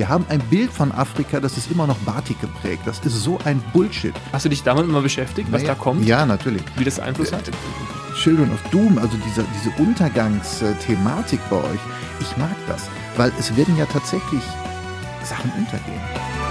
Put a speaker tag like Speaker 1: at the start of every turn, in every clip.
Speaker 1: Wir haben ein Bild von Afrika, das ist immer noch Batik geprägt. Das ist so ein Bullshit.
Speaker 2: Hast du dich damit mal beschäftigt, was da kommt?
Speaker 1: Ja, natürlich.
Speaker 2: Wie das Einfluss hat?
Speaker 1: Children of Doom, also diese Untergangsthematik bei euch, ich mag das, weil es werden ja tatsächlich Sachen untergehen.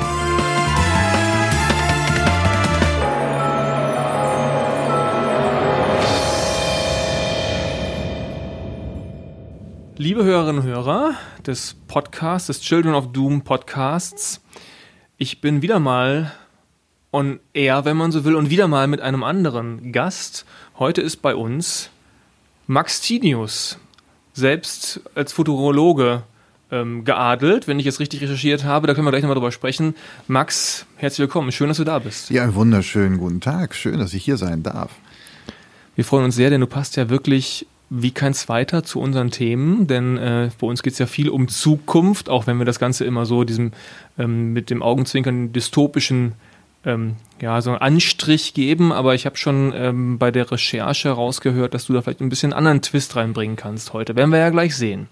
Speaker 2: Liebe Hörerinnen und Hörer des Podcasts, des Children of Doom Podcasts, ich bin wieder mal on air, wenn man so will, und wieder mal mit einem anderen Gast. Heute ist bei uns Max Tinius, selbst als Futurologe geadelt, wenn ich es richtig recherchiert habe. Da können wir gleich nochmal drüber sprechen. Max, herzlich willkommen. Schön, dass du da bist.
Speaker 1: Ja, einen wunderschönen guten Tag. Schön, dass ich hier sein darf.
Speaker 2: Wir freuen uns sehr, denn du passt ja wirklich wie kein zweiter zu unseren Themen, denn bei uns geht es ja viel um Zukunft, auch wenn wir das Ganze immer so diesem mit dem Augenzwinkern dystopischen so einen Anstrich geben, aber ich habe schon bei der Recherche rausgehört, dass du da vielleicht ein bisschen anderen Twist reinbringen kannst heute. Werden wir ja gleich sehen.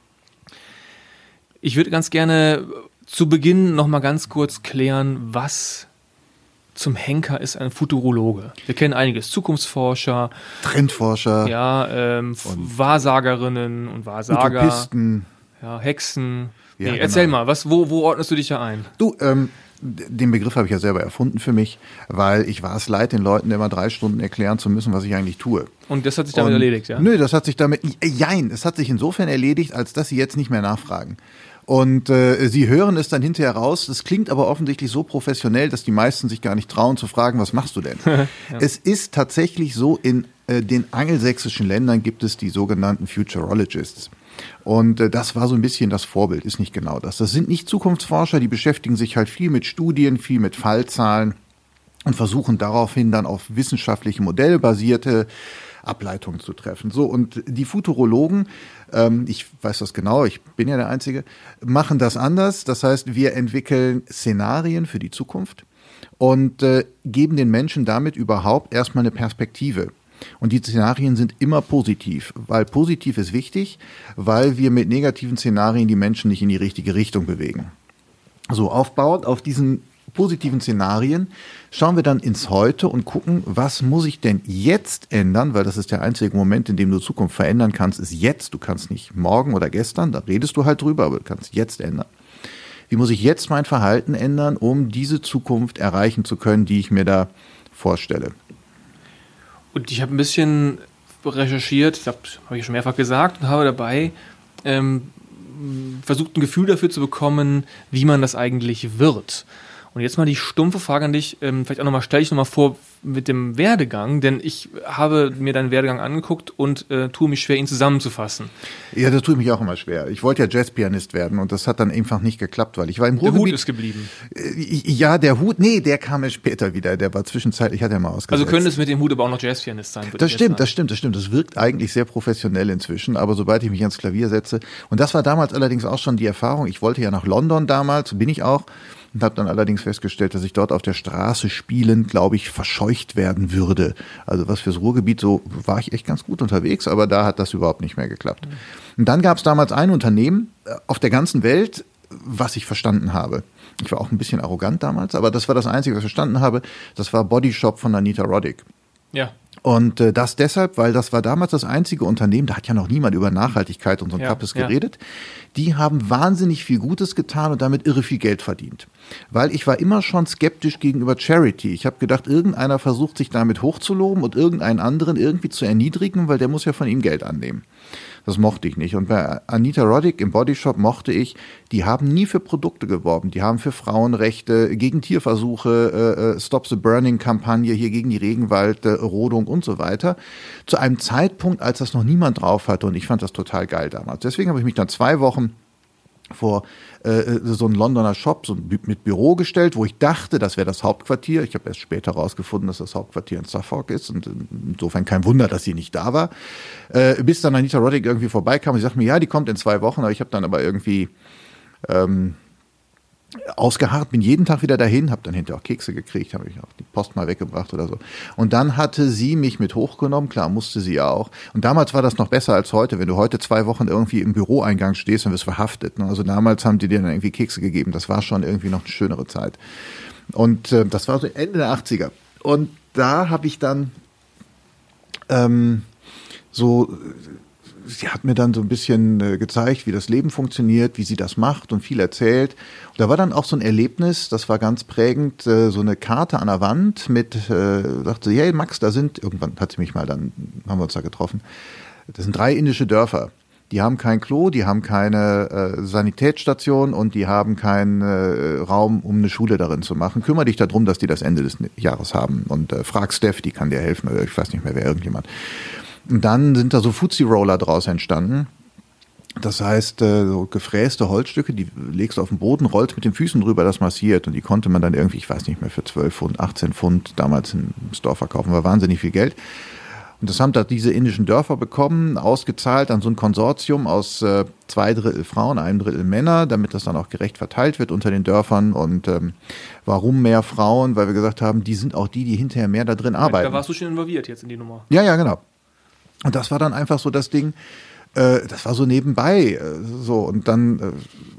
Speaker 2: Ich würde ganz gerne zu Beginn nochmal ganz kurz klären, was zum Henker ist ein Futurologe. Wir kennen einiges, Zukunftsforscher,
Speaker 1: Trendforscher,
Speaker 2: Wahrsagerinnen und Wahrsager,
Speaker 1: Utopisten,
Speaker 2: Hexen.
Speaker 1: Ja, genau.
Speaker 2: Erzähl mal, wo ordnest du dich da ein?
Speaker 1: Du, den Begriff habe ich ja selber erfunden für mich, weil ich war es leid, den Leuten immer 3 Stunden erklären zu müssen, was ich eigentlich tue.
Speaker 2: Und das hat sich damit erledigt, ja?
Speaker 1: Nö, das hat sich damit, es hat sich insofern erledigt, als dass sie jetzt nicht mehr nachfragen. Und sie hören es dann hinterher raus. Das klingt aber offensichtlich so professionell, dass die meisten sich gar nicht trauen zu fragen, was machst du denn? Ja. Es ist tatsächlich so, in den angelsächsischen Ländern gibt es die sogenannten Futurologists. Und das war so ein bisschen das Vorbild, ist nicht genau das. Das sind nicht Zukunftsforscher, die beschäftigen sich halt viel mit Studien, viel mit Fallzahlen und versuchen daraufhin dann auf wissenschaftliche Modelle basierte Ableitungen zu treffen. So, und die Futurologen, ich weiß das genau, ich bin ja der Einzige, machen das anders. Das heißt, wir entwickeln Szenarien für die Zukunft und geben den Menschen damit überhaupt erstmal eine Perspektive. Und die Szenarien sind immer positiv, weil positiv ist wichtig, weil wir mit negativen Szenarien die Menschen nicht in die richtige Richtung bewegen. So, aufbauend auf diesen positiven Szenarien schauen wir dann ins Heute und gucken, was muss ich denn jetzt ändern, weil das ist der einzige Moment, in dem du Zukunft verändern kannst, ist jetzt. Du kannst nicht morgen oder gestern, da redest du halt drüber, aber du kannst jetzt ändern. Wie muss ich jetzt mein Verhalten ändern, um diese Zukunft erreichen zu können, die ich mir da vorstelle?
Speaker 2: Und ich habe ein bisschen recherchiert, das habe ich schon mehrfach gesagt, und habe dabei versucht, ein Gefühl dafür zu bekommen, wie man das eigentlich wird. Und jetzt mal die stumpfe Frage an dich, vielleicht auch nochmal, stell dich nochmal vor mit dem Werdegang, denn ich habe mir deinen Werdegang angeguckt und tue mich schwer, ihn zusammenzufassen.
Speaker 1: Ja, das tut mich auch immer schwer. Ich wollte ja Jazzpianist werden und das hat dann einfach nicht geklappt, weil ich war im Ruhrgebiet.
Speaker 2: Der Hut ist geblieben.
Speaker 1: Ja, der Hut, der kam ja später wieder, der war zwischenzeitlich, hat er mal ausgesetzt.
Speaker 2: Also könnte es mit dem Hut aber auch noch Jazzpianist sein?
Speaker 1: Das stimmt. Das wirkt eigentlich sehr professionell inzwischen, aber sobald ich mich ans Klavier setze, und das war damals allerdings auch schon die Erfahrung, ich wollte ja nach London damals, bin ich auch, und habe dann allerdings festgestellt, dass ich dort auf der Straße spielend, glaube ich, verscheucht werden würde. Also was fürs Ruhrgebiet, so war ich echt ganz gut unterwegs, aber da hat das überhaupt nicht mehr geklappt. Und dann gab es damals ein Unternehmen auf der ganzen Welt, was ich verstanden habe. Ich war auch ein bisschen arrogant damals, aber das war das Einzige, was ich verstanden habe. Das war Body Shop von Anita Roddick.
Speaker 2: Ja.
Speaker 1: Und das deshalb, weil das war damals das einzige Unternehmen, da hat ja noch niemand über Nachhaltigkeit und so ein Kappes geredet. Die haben wahnsinnig viel Gutes getan und damit irre viel Geld verdient. Weil ich war immer schon skeptisch gegenüber Charity. Ich habe gedacht, irgendeiner versucht sich damit hochzuloben und irgendeinen anderen irgendwie zu erniedrigen, weil der muss ja von ihm Geld annehmen. Das mochte ich nicht. Und bei Anita Roddick im Body Shop mochte ich, die haben nie für Produkte geworben. Die haben für Frauenrechte, gegen Tierversuche, Stop the Burning-Kampagne, hier gegen die Regenwaldrodung und so weiter. Zu einem Zeitpunkt, als das noch niemand drauf hatte. Und ich fand das total geil damals. Deswegen habe ich mich dann 2 Wochen vor so einen Londoner Shop so mit Büro gestellt, wo ich dachte, das wäre das Hauptquartier. Ich habe erst später herausgefunden, dass das Hauptquartier in Suffolk ist und insofern kein Wunder, dass sie nicht da war. Bis dann Anita Roddick irgendwie vorbeikam und sie sagte mir, ja, die kommt in 2 Wochen, aber ich habe dann irgendwie ausgeharrt, bin jeden Tag wieder dahin, habe dann hinterher auch Kekse gekriegt, habe ich auch die Post mal weggebracht oder so. Und dann hatte sie mich mit hochgenommen, klar, musste sie ja auch. Und damals war das noch besser als heute. Wenn du heute 2 Wochen irgendwie im Büroeingang stehst, dann wirst du verhaftet. Ne? Also damals haben die dir dann irgendwie Kekse gegeben. Das war schon irgendwie noch eine schönere Zeit. Und das war so Ende der 80er. Und da habe ich dann sie hat mir dann so ein bisschen gezeigt, wie das Leben funktioniert, wie sie das macht und viel erzählt. Und da war dann auch so ein Erlebnis, das war ganz prägend, so eine Karte an der Wand mit, sagte sie, hey Max, irgendwann hat sie mich mal, dann haben wir uns da getroffen, das sind 3 indische Dörfer. Die haben kein Klo, die haben keine Sanitätsstation und die haben keinen Raum, um eine Schule darin zu machen. Kümmere dich darum, dass die das Ende des Jahres haben. Und frag Steph, die kann dir helfen. Oder ich weiß nicht mehr, wer, irgendjemand. Und dann sind da so Fuzzy-Roller draus entstanden. Das heißt, so gefräste Holzstücke, die legst du auf den Boden, rollst mit den Füßen drüber, das massiert. Und die konnte man dann irgendwie, ich weiß nicht mehr, für 12 Pfund, 18 Pfund damals im Store verkaufen. War wahnsinnig viel Geld. Und das haben da diese indischen Dörfer bekommen, ausgezahlt an so ein Konsortium aus 2/3 Frauen, 1/3 Männer, damit das dann auch gerecht verteilt wird unter den Dörfern. Und warum mehr Frauen? Weil wir gesagt haben, die sind auch die hinterher mehr da drin arbeiten.
Speaker 2: Da warst du schon involviert jetzt in die Nummer.
Speaker 1: Ja, genau. Und das war dann einfach so das Ding, das war so nebenbei. So. Und dann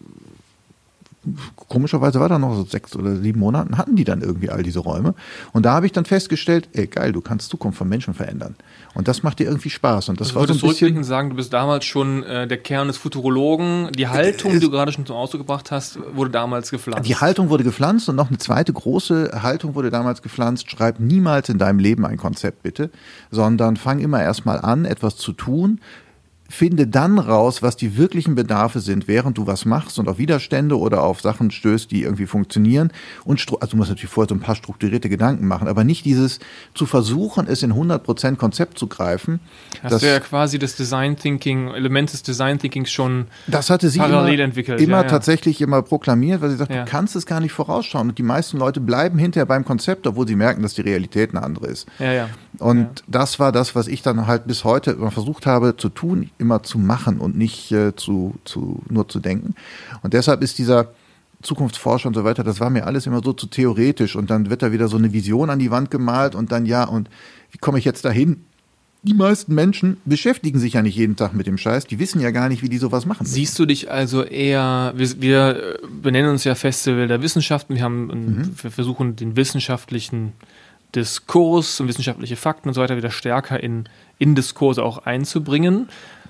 Speaker 1: komischerweise war da noch so 6 oder 7 Monaten, hatten die dann irgendwie all diese Räume. Und da habe ich dann festgestellt, ey geil, du kannst Zukunft von Menschen verändern. Und das macht dir irgendwie Spaß. Und das
Speaker 2: also
Speaker 1: war so ein bisschen
Speaker 2: sagen, du bist damals schon der Kern des Futurologen. Die Haltung, die du gerade schon zum Ausdruck gebracht hast, wurde damals gepflanzt.
Speaker 1: Die Haltung wurde gepflanzt und noch eine zweite große Haltung wurde damals gepflanzt. Schreib niemals in deinem Leben ein Konzept, bitte, sondern fang immer erstmal an, etwas zu tun. Finde dann raus, was die wirklichen Bedarfe sind, während du was machst und auf Widerstände oder auf Sachen stößt, die irgendwie funktionieren. Also du musst natürlich vorher so ein paar strukturierte Gedanken machen, aber nicht dieses zu versuchen, es in 100% Konzept zu greifen.
Speaker 2: Hast du ja quasi das Design Thinking, Element des Design Thinkings schon
Speaker 1: das hatte sie
Speaker 2: parallel entwickelt.
Speaker 1: Tatsächlich immer proklamiert, weil sie sagt, du kannst es gar nicht vorausschauen. Und die meisten Leute bleiben hinterher beim Konzept, obwohl sie merken, dass die Realität eine andere ist. Und das war das, was ich dann halt bis heute immer versucht habe zu tun, immer zu machen und nicht nur zu denken. Und deshalb ist dieser Zukunftsforscher und so weiter, das war mir alles immer so zu theoretisch. Und dann wird da wieder so eine Vision an die Wand gemalt und dann und wie komme ich jetzt dahin? Die meisten Menschen beschäftigen sich ja nicht jeden Tag mit dem Scheiß. Die wissen ja gar nicht, wie die sowas machen müssen.
Speaker 2: Siehst du dich also eher, wir benennen uns ja Festival der Wissenschaften, wir versuchen den wissenschaftlichen Diskurs und wissenschaftliche Fakten und so weiter wieder stärker in Diskurse auch einzubringen.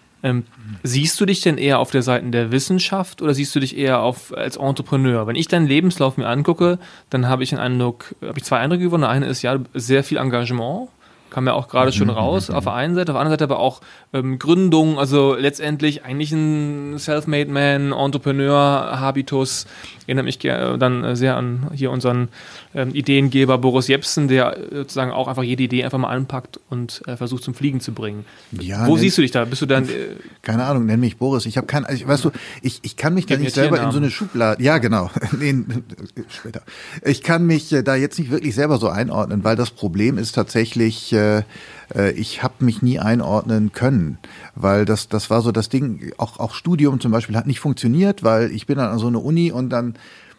Speaker 2: Siehst du dich denn eher auf der Seite der Wissenschaft oder siehst du dich eher als Entrepreneur? Wenn ich deinen Lebenslauf mir angucke, dann habe ich 2 Eindrücke gewonnen. Der eine ist ja sehr viel Engagement, kam ja auch gerade schon raus, auf der einen Seite, auf der anderen Seite aber auch Gründung, also letztendlich eigentlich ein Self-Made Man, Entrepreneur-Habitus. Erinnert mich dann sehr an hier unseren Ideengeber Boris Jepsen, der sozusagen auch einfach jede Idee einfach mal anpackt und versucht zum Fliegen zu bringen.
Speaker 1: Ja,
Speaker 2: Wo siehst du dich da? Bist du dann...
Speaker 1: keine Ahnung, nenn mich Boris. Ich habe ich kann mich da nicht selber in so eine Schublade... Ja, genau. Später. Ich kann mich da jetzt nicht wirklich selber so einordnen, weil das Problem ist tatsächlich... ich habe mich nie einordnen können, weil das war so das Ding, auch Studium zum Beispiel hat nicht funktioniert, weil ich bin dann an so eine Uni und dann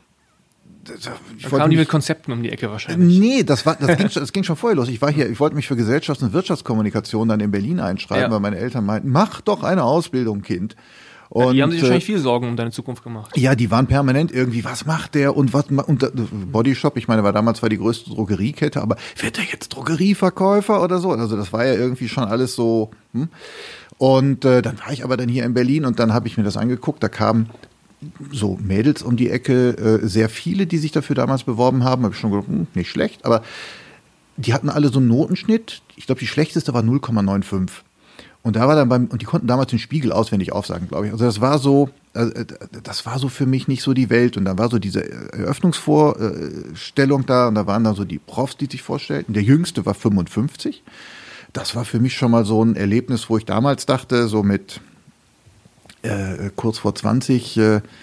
Speaker 2: kamen die mit Konzepten um die Ecke wahrscheinlich.
Speaker 1: Nee, das ging schon vorher los. Ich wollte mich für Gesellschafts- und Wirtschaftskommunikation dann in Berlin einschreiben, weil meine Eltern meinten, mach doch eine Ausbildung, Kind. Und,
Speaker 2: die haben sich wahrscheinlich viel Sorgen um deine Zukunft gemacht.
Speaker 1: Ja, die waren permanent irgendwie, was macht der und Bodyshop, ich meine, war damals die größte Drogeriekette, aber wird der jetzt Drogerieverkäufer oder so? Also das war ja irgendwie schon alles so. Und dann war ich aber dann hier in Berlin und dann habe ich mir das angeguckt, da kamen so Mädels um die Ecke, sehr viele, die sich dafür damals beworben haben, habe ich schon gedacht, nicht schlecht, aber die hatten alle so einen Notenschnitt, ich glaube die schlechteste war 0,95. Und da war dann und die konnten damals den Spiegel auswendig aufsagen, glaube ich. Also das war so für mich nicht so die Welt. Und dann war so diese Eröffnungsvorstellung da und da waren dann so die Profs, die sich vorstellten. Der Jüngste war 55. Das war für mich schon mal so ein Erlebnis, wo ich damals dachte, so mit kurz vor 20,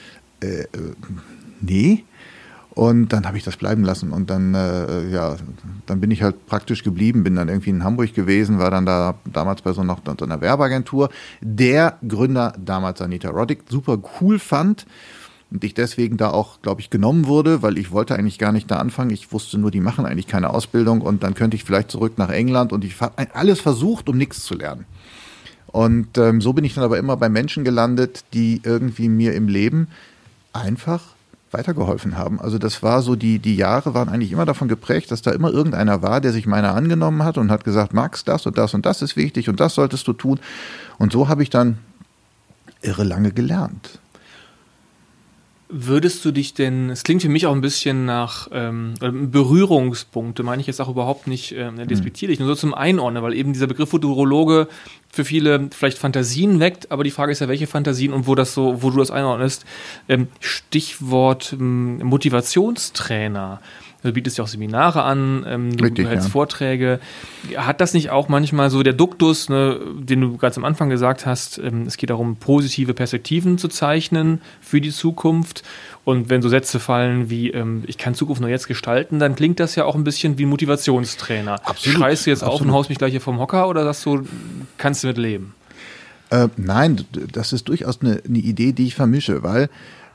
Speaker 1: nee. Und dann habe ich das bleiben lassen und dann bin ich halt praktisch geblieben, bin dann irgendwie in Hamburg gewesen, war dann da damals bei so einer Werbeagentur. Der Gründer damals Anita Roddick super cool fand, und ich deswegen da auch, glaube ich, genommen wurde, weil ich wollte eigentlich gar nicht da anfangen. Ich wusste nur, die machen eigentlich keine Ausbildung und dann könnte ich vielleicht zurück nach England und ich habe alles versucht, um nichts zu lernen. Und so bin ich dann aber immer bei Menschen gelandet, die irgendwie mir im Leben einfach weitergeholfen haben. Also das war so, die Jahre waren eigentlich immer davon geprägt, dass da immer irgendeiner war, der sich meiner angenommen hat und hat gesagt, Max, das und das und das ist wichtig und das solltest du tun. Und so habe ich dann irre lange gelernt.
Speaker 2: Würdest du dich denn, es klingt für mich auch ein bisschen nach Berührungspunkte, meine ich jetzt auch überhaupt nicht despektierlich, nur so zum Einordnen, weil eben dieser Begriff Futurologe für viele vielleicht Fantasien weckt, aber die Frage ist ja, welche Fantasien und wo du das einordnest. Stichwort Motivationstrainer. Du bietest ja auch Seminare an, du hältst Vorträge. Hat das nicht auch manchmal so der Duktus, ne, den du ganz am Anfang gesagt hast, es geht darum, positive Perspektiven zu zeichnen für die Zukunft. Und wenn so Sätze fallen wie, ich kann Zukunft nur jetzt gestalten, dann klingt das ja auch ein bisschen wie ein Motivationstrainer.
Speaker 1: Absolut.
Speaker 2: Schreist du jetzt auf und haust mich gleich hier vom Hocker oder sagst du, kannst du mit leben?
Speaker 1: Nein, das ist durchaus eine Idee, die ich vermische, weil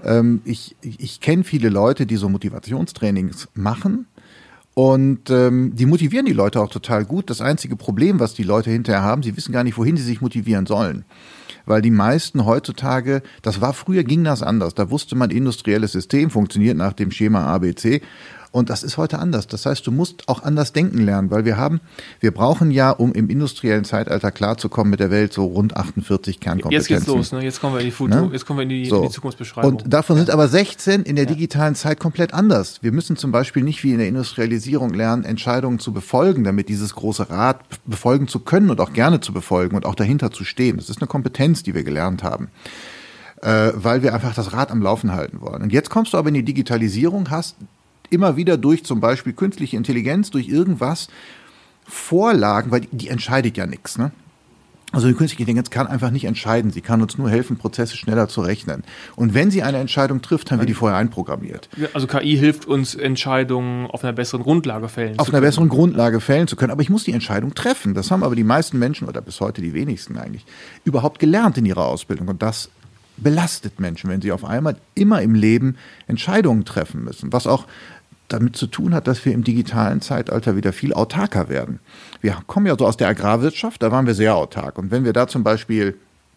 Speaker 1: ich kenne viele Leute, die so Motivationstrainings machen und die motivieren die Leute auch total gut. Das einzige Problem, was die Leute hinterher haben, sie wissen gar nicht, wohin sie sich motivieren sollen. Weil die meisten heutzutage, früher ging das anders. Da wusste man, industrielles System funktioniert nach dem Schema ABC. Und das ist heute anders. Das heißt, du musst auch anders denken lernen, weil wir brauchen ja, um im industriellen Zeitalter klarzukommen mit der Welt, so rund 48 Kernkompetenzen.
Speaker 2: Jetzt geht's los, ne? Jetzt kommen wir in die Zukunftsbeschreibung.
Speaker 1: Und davon sind aber 16 in der digitalen Zeit komplett anders. Wir müssen zum Beispiel nicht wie in der Industrialisierung lernen, Entscheidungen zu befolgen, damit dieses große Rad befolgen zu können und auch gerne zu befolgen und auch dahinter zu stehen. Das ist eine Kompetenz, die wir gelernt haben. Weil wir einfach das Rad am Laufen halten wollen. Und jetzt kommst du aber in die Digitalisierung, hast immer wieder durch zum Beispiel künstliche Intelligenz, durch irgendwas Vorlagen, weil die entscheidet ja nichts, ne? Also die künstliche Intelligenz kann einfach nicht entscheiden. Sie kann uns nur helfen, Prozesse schneller zu rechnen. Und wenn sie eine Entscheidung trifft, haben wir die vorher einprogrammiert.
Speaker 2: Also KI hilft uns, Entscheidungen auf einer besseren Grundlage fällen zu können.
Speaker 1: Auf einer besseren Grundlage fällen zu können. Aber ich muss die Entscheidung treffen. Das haben aber die meisten Menschen, oder bis heute die wenigsten eigentlich, überhaupt gelernt in ihrer Ausbildung. Und das belastet Menschen, wenn sie auf einmal immer im Leben Entscheidungen treffen müssen. Was auch damit zu tun hat, dass wir im digitalen Zeitalter wieder viel autarker werden. Wir kommen ja so aus der Agrarwirtschaft, da waren wir sehr autark. Und wenn wir da zum Beispiel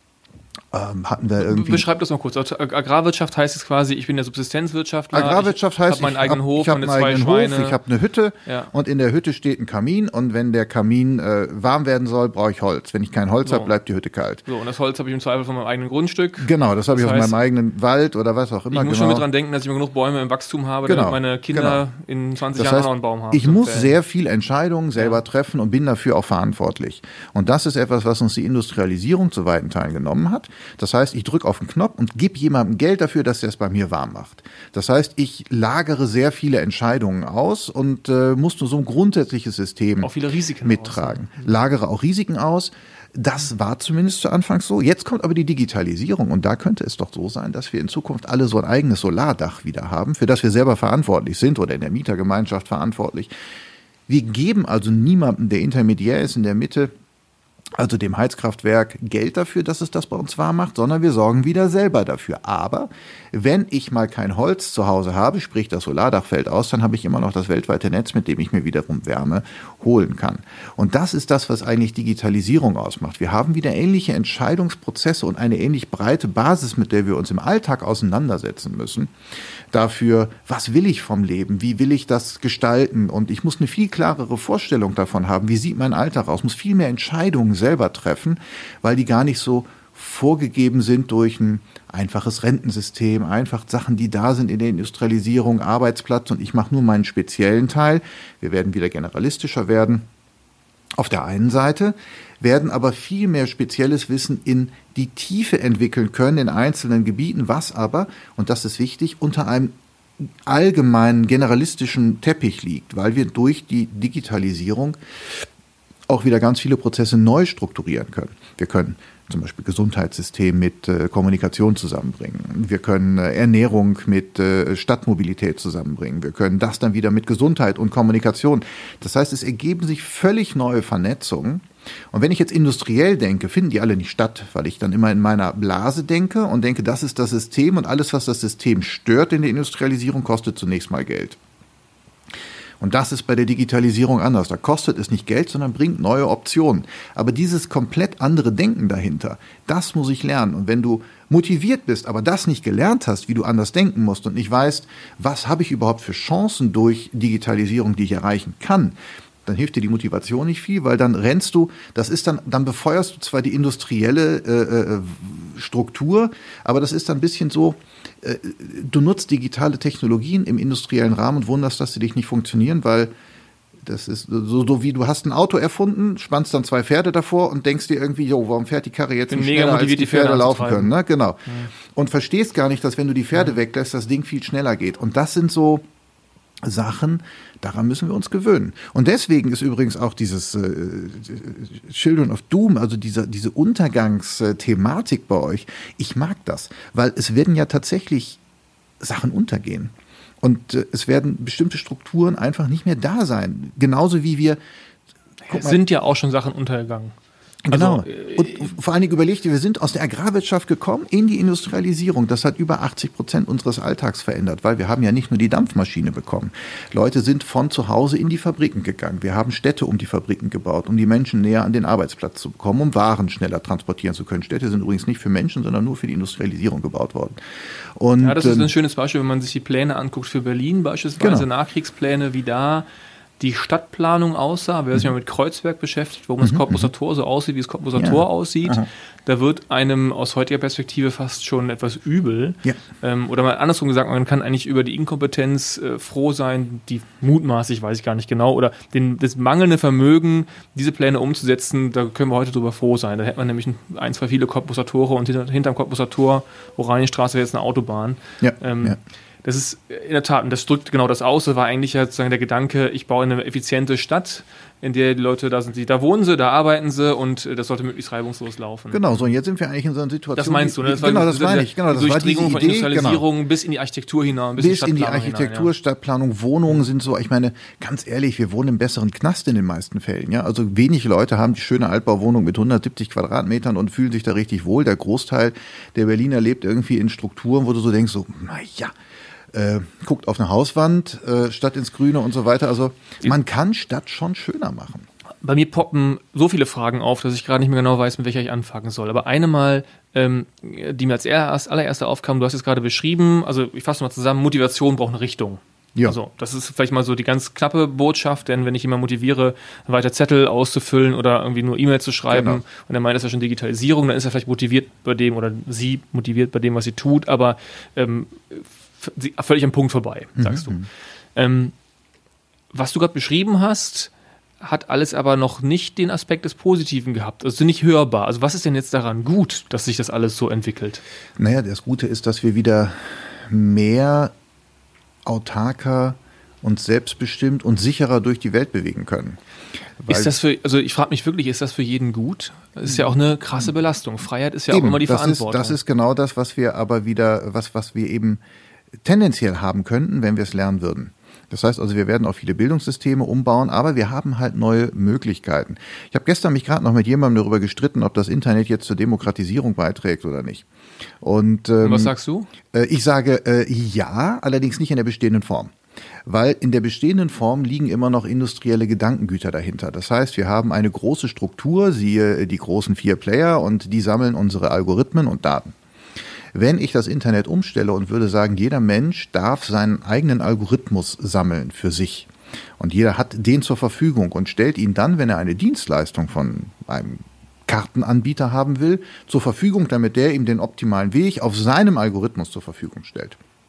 Speaker 1: hatten wir irgendwie...
Speaker 2: Beschreib das mal kurz. Agrarwirtschaft heißt es quasi, ich bin der Subsistenzwirtschaftler.
Speaker 1: Heißt,
Speaker 2: ich habe meinen eigenen Hof,
Speaker 1: ich habe
Speaker 2: meine zwei Schweine.
Speaker 1: Ich habe eine Hütte und in der Hütte steht ein Kamin und wenn der Kamin warm werden soll, brauche ich Holz. Wenn ich kein Holz habe, bleibt die Hütte kalt.
Speaker 2: So, und das Holz habe ich im Zweifel von meinem eigenen Grundstück.
Speaker 1: Genau, das habe ich aus meinem eigenen Wald oder was auch immer.
Speaker 2: Ich muss schon mit dran denken, dass ich mir genug Bäume im Wachstum habe, damit meine Kinder in 20 Jahren noch einen Baum haben.
Speaker 1: Ich muss sehr viel Entscheidungen selber treffen und bin dafür auch verantwortlich. Und das ist etwas, was uns die Industrialisierung zu weiten Teilen genommen hat. Das heißt, ich drücke auf den Knopf und gebe jemandem Geld dafür, dass er es bei mir warm macht. Das heißt, ich lagere sehr viele Entscheidungen aus und muss nur so ein grundsätzliches System
Speaker 2: auch viele Risiken
Speaker 1: mittragen. Lagere auch Risiken aus. Das war zumindest zu Anfang so. Jetzt kommt aber die Digitalisierung und da könnte es doch so sein, dass wir in Zukunft alle so ein eigenes Solardach wieder haben, für das wir selber verantwortlich sind oder in der Mietergemeinschaft verantwortlich. Wir geben also niemandem, der intermediär ist in der Mitte, also dem Heizkraftwerk, Geld dafür, dass es das bei uns warm macht, sondern wir sorgen wieder selber dafür. Aber wenn ich mal kein Holz zu Hause habe, sprich das Solardach fällt aus, dann habe ich immer noch das weltweite Netz, mit dem ich mir wiederum Wärme holen kann. Und das ist das, was eigentlich Digitalisierung ausmacht. Wir haben wieder ähnliche Entscheidungsprozesse und eine ähnlich breite Basis, mit der wir uns im Alltag auseinandersetzen müssen. Dafür, was will ich vom Leben? Wie will ich das gestalten? Und ich muss eine viel klarere Vorstellung davon haben. Wie sieht mein Alltag aus? Ich muss viel mehr Entscheidungen selber treffen, weil die gar nicht so vorgegeben sind durch ein einfaches Rentensystem, einfach Sachen, die da sind in der Industrialisierung, Arbeitsplatz und ich mache nur meinen speziellen Teil. Wir werden wieder generalistischer werden. Auf der einen Seite werden aber viel mehr spezielles Wissen in die Tiefe entwickeln können in einzelnen Gebieten, was aber, und das ist wichtig, unter einem allgemeinen generalistischen Teppich liegt, weil wir durch die Digitalisierung auch wieder ganz viele Prozesse neu strukturieren können. Wir können zum Beispiel Gesundheitssystem mit Kommunikation zusammenbringen. Wir können Ernährung mit Stadtmobilität zusammenbringen. Wir können das dann wieder mit Gesundheit und Kommunikation. Das heißt, es ergeben sich völlig neue Vernetzungen. Und wenn ich jetzt industriell denke, finden die alle nicht statt, weil ich dann immer in meiner Blase denke und denke, das ist das System und alles, was das System stört in der Industrialisierung, kostet zunächst mal Geld. Und das ist bei der Digitalisierung anders. Da kostet es nicht Geld, sondern bringt neue Optionen. Aber dieses komplett andere Denken dahinter, das muss ich lernen. Und wenn du motiviert bist, aber das nicht gelernt hast, wie du anders denken musst und nicht weißt, was habe ich überhaupt für Chancen durch Digitalisierung, die ich erreichen kann, dann hilft dir die Motivation nicht viel, weil dann rennst du, dann befeuerst du zwar die industrielle Struktur, aber das ist dann ein bisschen so, du nutzt digitale Technologien im industriellen Rahmen und wunderst, dass sie dich nicht funktionieren, weil das ist so wie du hast ein Auto erfunden, spannst dann 2 Pferde davor und denkst dir irgendwie, warum fährt die Karre jetzt nicht schneller, als die Pferde laufen können, ne? Genau. Ja. Und verstehst gar nicht, dass wenn du die Pferde weglässt, das Ding viel schneller geht. Und das sind so Sachen, daran müssen wir uns gewöhnen. Und deswegen ist übrigens auch dieses Children of Doom, also diese Untergangsthematik bei euch, ich mag das, weil es werden ja tatsächlich Sachen untergehen. Und es werden bestimmte Strukturen einfach nicht mehr da sein. Genauso wie wir...
Speaker 2: Es sind ja auch schon Sachen untergegangen.
Speaker 1: Genau.
Speaker 2: Also,
Speaker 1: und vor allen Dingen überlegt ihr, wir sind aus der Agrarwirtschaft gekommen in die Industrialisierung. Das hat über 80% unseres Alltags verändert, weil wir haben ja nicht nur die Dampfmaschine bekommen. Leute sind von zu Hause in die Fabriken gegangen. Wir haben Städte um die Fabriken gebaut, um die Menschen näher an den Arbeitsplatz zu bekommen, um Waren schneller transportieren zu können. Städte sind übrigens nicht für Menschen, sondern nur für die Industrialisierung gebaut worden. Und,
Speaker 2: ja, das ist ein schönes Beispiel, wenn man sich die Pläne anguckt für Berlin beispielsweise, genau. Nachkriegspläne, wie da die Stadtplanung aussah, wer sich mal mit Kreuzberg beschäftigt, warum das Cottbuser Tor so aussieht, wie das Cottbuser Tor aussieht, da wird einem aus heutiger Perspektive fast schon etwas übel. Ja. Oder mal andersrum gesagt, man kann eigentlich über die Inkompetenz froh sein, die mutmaßlich, weiß ich gar nicht genau, oder das mangelnde Vermögen, diese Pläne umzusetzen, da können wir heute drüber froh sein. Da hätte man nämlich 2 viele Cottbuser Tore und hinterm Cottbuser Tor, Oranienstraße, wäre jetzt eine Autobahn. Ja. Das ist in der Tat, und das drückt genau das aus, das war eigentlich ja sozusagen der Gedanke, ich baue eine effiziente Stadt, in der die Leute da sind, da wohnen sie, da arbeiten sie und das sollte möglichst reibungslos laufen.
Speaker 1: Genau, so und jetzt sind wir eigentlich in so einer Situation.
Speaker 2: Das meinst du, ne? Das
Speaker 1: genau, das meine ich. Genau, das war diese
Speaker 2: Idee, von Industrialisierung bis in die Architektur hinein,
Speaker 1: bis in die Architektur, Stadtplanung, Wohnungen sind so, ich meine, ganz ehrlich, wir wohnen im besseren Knast in den meisten Fällen. Ja? Also wenig Leute haben die schöne Altbauwohnung mit 170 Quadratmetern und fühlen sich da richtig wohl. Der Großteil der Berliner lebt irgendwie in Strukturen, wo du so denkst, so, naja, guckt auf eine Hauswand, statt ins Grüne und so weiter. Also man kann Stadt schon schöner machen.
Speaker 2: Bei mir poppen so viele Fragen auf, dass ich gerade nicht mehr genau weiß, mit welcher ich anfangen soll. Aber eine mal, die mir als allererste aufkam, du hast es gerade beschrieben, also ich fasse mal zusammen, Motivation braucht eine Richtung. Ja. Also das ist vielleicht mal so die ganz knappe Botschaft, denn wenn ich jemanden motiviere, weiter Zettel auszufüllen oder irgendwie nur E-Mails zu schreiben und er meint, das ist ja schon Digitalisierung, dann ist er vielleicht motiviert bei dem oder sie motiviert bei dem, was sie tut, aber völlig am Punkt vorbei, sagst du. Was du gerade beschrieben hast, hat alles aber noch nicht den Aspekt des Positiven gehabt, also nicht hörbar. Also was ist denn jetzt daran gut, dass sich das alles so entwickelt?
Speaker 1: Naja, das Gute ist, dass wir wieder mehr autarker und selbstbestimmt und sicherer durch die Welt bewegen können.
Speaker 2: Ist das also ich frage mich wirklich, ist das für jeden gut? Das ist ja auch eine krasse Belastung. Freiheit ist ja auch immer die Verantwortung.
Speaker 1: Das ist genau das, was wir aber wieder, was wir eben tendenziell haben könnten, wenn wir es lernen würden. Das heißt also, wir werden auch viele Bildungssysteme umbauen, aber wir haben halt neue Möglichkeiten. Ich habe gestern mich gerade noch mit jemandem darüber gestritten, ob das Internet jetzt zur Demokratisierung beiträgt oder nicht. Und
Speaker 2: was sagst du?
Speaker 1: Ich sage ja, allerdings nicht in der bestehenden Form. Weil in der bestehenden Form liegen immer noch industrielle Gedankengüter dahinter. Das heißt, wir haben eine große Struktur, siehe die großen 4 Player, und die sammeln unsere Algorithmen und Daten. Wenn ich das Internet umstelle und würde sagen, jeder Mensch darf seinen eigenen Algorithmus sammeln für sich und jeder hat den zur Verfügung und stellt ihn dann, wenn er eine Dienstleistung von einem Kartenanbieter haben will, zur Verfügung, damit der ihm den optimalen Weg auf seinem Algorithmus zur Verfügung stellt.